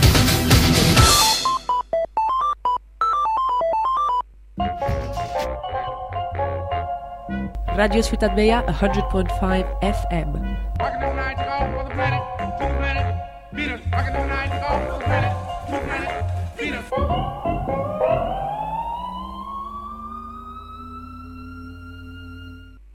Radio Ciutat Bella 100.5 FM. Venus. I can do 9 to the planet, to the planet, Venus.